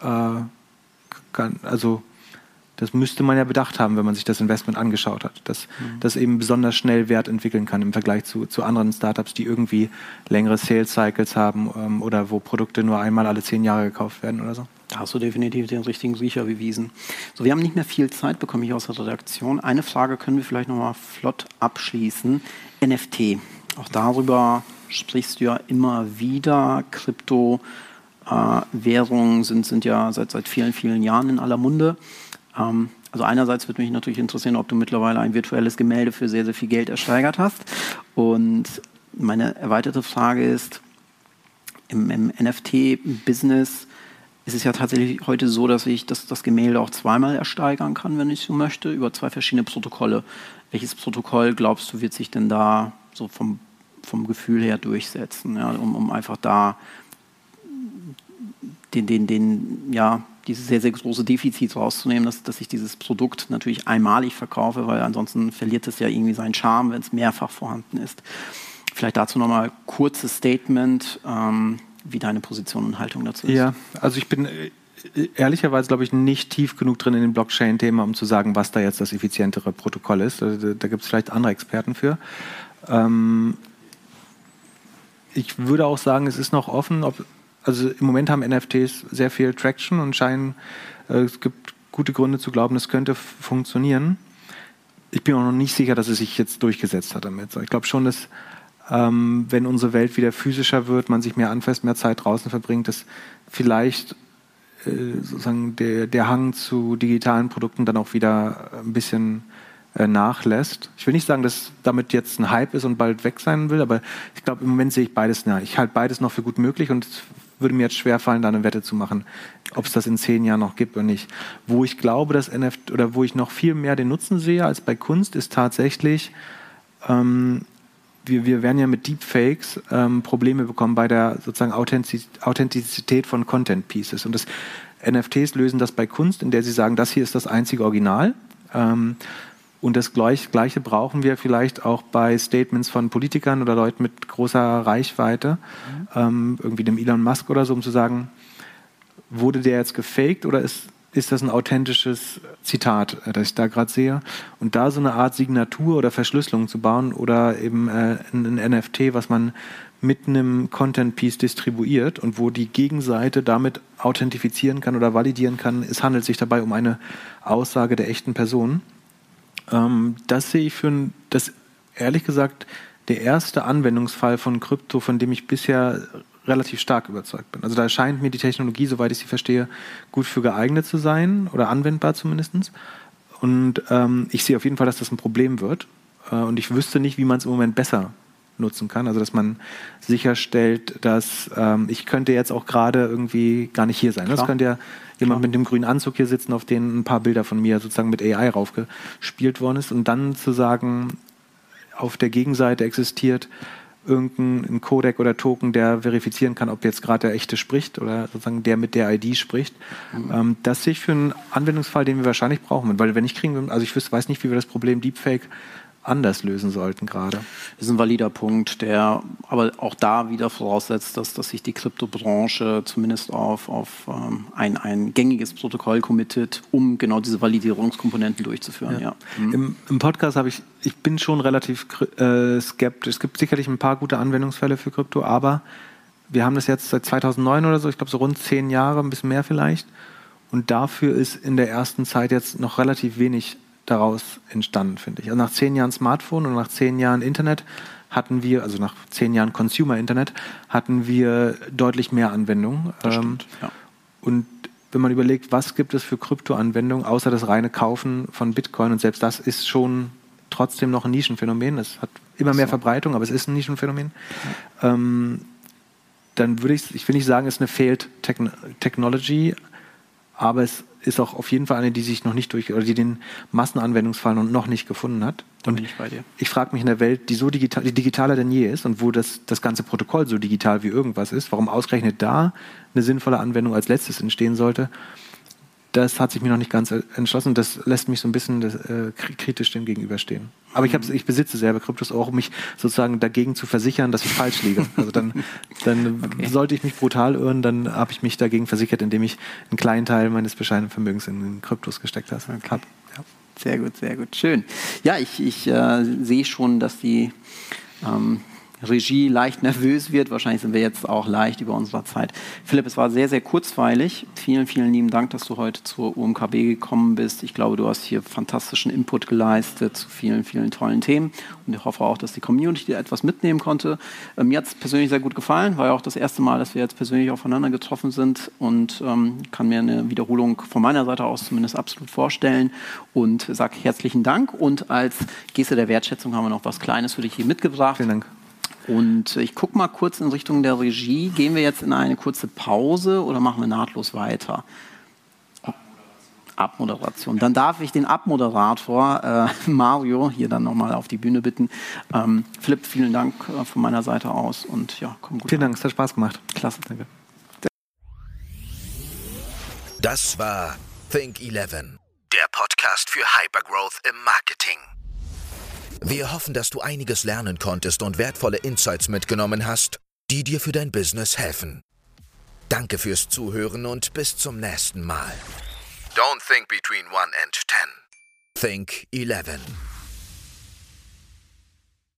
das müsste man ja bedacht haben, wenn man sich das Investment angeschaut hat, dass das eben besonders schnell Wert entwickeln kann im Vergleich zu anderen Startups, die irgendwie längere Sales Cycles haben oder wo Produkte nur einmal alle 10 Jahre gekauft werden oder so. Da hast du definitiv den richtigen Riecher bewiesen. So, wir haben nicht mehr viel Zeit, bekomme ich aus der Redaktion. Eine Frage können wir vielleicht nochmal flott abschließen. NFT, auch darüber sprichst du ja immer wieder. Kryptowährungen sind ja seit vielen, vielen Jahren in aller Munde. Also einerseits würde mich natürlich interessieren, ob du mittlerweile ein virtuelles Gemälde für sehr, sehr viel Geld ersteigert hast. Und meine erweiterte Frage ist, im NFT-Business ist es ja tatsächlich heute so, dass ich das Gemälde auch zweimal ersteigern kann, wenn ich so möchte, über 2 verschiedene Protokolle. Welches Protokoll, glaubst du, wird sich denn da so vom Gefühl her durchsetzen, ja, um einfach da dieses sehr, sehr große Defizit rauszunehmen, dass ich dieses Produkt natürlich einmalig verkaufe, weil ansonsten verliert es ja irgendwie seinen Charme, wenn es mehrfach vorhanden ist. Vielleicht dazu nochmal ein kurzes Statement, wie deine Position und Haltung dazu ist. Ja, also ich bin ehrlicherweise, glaube ich, nicht tief genug drin in dem Blockchain-Thema, um zu sagen, was da jetzt das effizientere Protokoll ist. Also da gibt es vielleicht andere Experten für. Ich würde auch sagen, es ist noch offen, also im Moment haben NFTs sehr viel Traction und es gibt gute Gründe zu glauben, es könnte funktionieren. Ich bin auch noch nicht sicher, dass es sich jetzt durchgesetzt hat damit. Ich glaube schon, dass wenn unsere Welt wieder physischer wird, man sich mehr anfasst, mehr Zeit draußen verbringt, dass vielleicht sozusagen der Hang zu digitalen Produkten dann auch wieder ein bisschen nachlässt. Ich will nicht sagen, dass damit jetzt ein Hype ist und bald weg sein will, aber ich glaube, im Moment sehe ich beides. Ich halte beides noch für gut möglich und es würde mir jetzt schwerfallen, da eine Wette zu machen, ob es das in 10 Jahren noch gibt oder nicht. Wo ich glaube, dass wo ich noch viel mehr den Nutzen sehe als bei Kunst, ist tatsächlich, wir werden ja mit Deepfakes Probleme bekommen bei der sozusagen Authentizität von Content Pieces. Und NFTs lösen das bei Kunst, in der sie sagen, das hier ist das einzige Original. Und das Gleiche brauchen wir vielleicht auch bei Statements von Politikern oder Leuten mit großer Reichweite, irgendwie dem Elon Musk oder so, um zu sagen, wurde der jetzt gefaked oder ist das ein authentisches Zitat, das ich da gerade sehe? Und da so eine Art Signatur oder Verschlüsselung zu bauen oder eben ein NFT, was man mit einem Content-Piece distribuiert und wo die Gegenseite damit authentifizieren kann oder validieren kann, es handelt sich dabei um eine Aussage der echten Person. Das sehe ich das ehrlich gesagt der erste Anwendungsfall von Krypto, von dem ich bisher relativ stark überzeugt bin. Also da scheint mir die Technologie, soweit ich sie verstehe, gut für geeignet zu sein oder anwendbar zumindest. Und ich sehe auf jeden Fall, dass das ein Problem wird. Und ich wüsste nicht, wie man es im Moment besser nutzen kann. Also dass man sicherstellt, dass ich könnte jetzt auch gerade irgendwie gar nicht hier sein. Klar. Das könnte ja jemand mit dem grünen Anzug hier sitzen, auf den ein paar Bilder von mir sozusagen mit AI raufgespielt worden ist. Und dann zu sagen, auf der Gegenseite existiert irgendein Codec oder Token, der verifizieren kann, ob jetzt gerade der echte spricht oder sozusagen der mit der ID spricht. Das sehe ich für einen Anwendungsfall, den wir wahrscheinlich brauchen. Weil wenn nicht kriegen, also ich weiß nicht, wie wir das Problem Deepfake anders lösen sollten gerade. Das ist ein valider Punkt, der aber auch da wieder voraussetzt, dass sich die Kryptobranche zumindest auf ein gängiges Protokoll committet, um genau diese Validierungskomponenten durchzuführen. Ja. Im Podcast ich bin schon relativ skeptisch. Es gibt sicherlich ein paar gute Anwendungsfälle für Krypto, aber wir haben das jetzt seit 2009 oder so, ich glaube so rund 10 Jahre, ein bisschen mehr vielleicht. Und dafür ist in der ersten Zeit jetzt noch relativ wenig daraus entstanden, finde ich. Also nach 10 Jahren Smartphone und nach 10 Jahren Internet hatten wir, also nach 10 Jahren Consumer-Internet, hatten wir deutlich mehr Anwendungen. Das stimmt, ja. Und wenn man überlegt, was gibt es für Krypto-Anwendungen, außer das reine Kaufen von Bitcoin, und selbst das ist schon trotzdem noch ein Nischenphänomen, es hat immer mehr Verbreitung, aber es ist ein Nischenphänomen, dann will ich nicht sagen, es ist eine Failed Technology, aber es ist auch auf jeden Fall eine, die sich noch nicht die den Massenanwendungsfall noch nicht gefunden hat. Da bin ich bei dir. Ich frage mich in der Welt, die digitaler denn je ist und wo das ganze Protokoll so digital wie irgendwas ist, warum ausgerechnet da eine sinnvolle Anwendung als letztes entstehen sollte, das hat sich mir noch nicht ganz entschlossen. Das lässt mich so ein bisschen kritisch dem gegenüberstehen. Aber ich besitze selber Kryptos auch, um mich sozusagen dagegen zu versichern, dass ich falsch liege. Also dann okay. Sollte ich mich brutal irren, dann habe ich mich dagegen versichert, indem ich einen kleinen Teil meines bescheidenen Vermögens in Kryptos gesteckt habe. Okay. Ja. Sehr gut, sehr gut. Schön. Ja, ich sehe schon, dass die Regie leicht nervös wird. Wahrscheinlich sind wir jetzt auch leicht über unserer Zeit. Philipp, es war sehr, sehr kurzweilig. Vielen, vielen lieben Dank, dass du heute zur OMKB gekommen bist. Ich glaube, du hast hier fantastischen Input geleistet zu vielen, vielen tollen Themen. Und ich hoffe auch, dass die Community dir etwas mitnehmen konnte. Mir hat es persönlich sehr gut gefallen. War ja auch das erste Mal, dass wir jetzt persönlich aufeinander getroffen sind und kann mir eine Wiederholung von meiner Seite aus zumindest absolut vorstellen und sage herzlichen Dank. Und als Geste der Wertschätzung haben wir noch was Kleines für dich hier mitgebracht. Vielen Dank. Und ich gucke mal kurz in Richtung der Regie. Gehen wir jetzt in eine kurze Pause oder machen wir nahtlos weiter? Abmoderation. Dann darf ich den Abmoderator Mario hier dann nochmal auf die Bühne bitten. Philipp, vielen Dank von meiner Seite aus und ja, komm gut. Vielen Dank, es hat Spaß gemacht. Klasse, danke. Das war Think 11, der Podcast für Hypergrowth im Marketing. Wir hoffen, dass du einiges lernen konntest und wertvolle Insights mitgenommen hast, die dir für dein Business helfen. Danke fürs Zuhören und bis zum nächsten Mal. Don't think between 1 and 10. Think 11.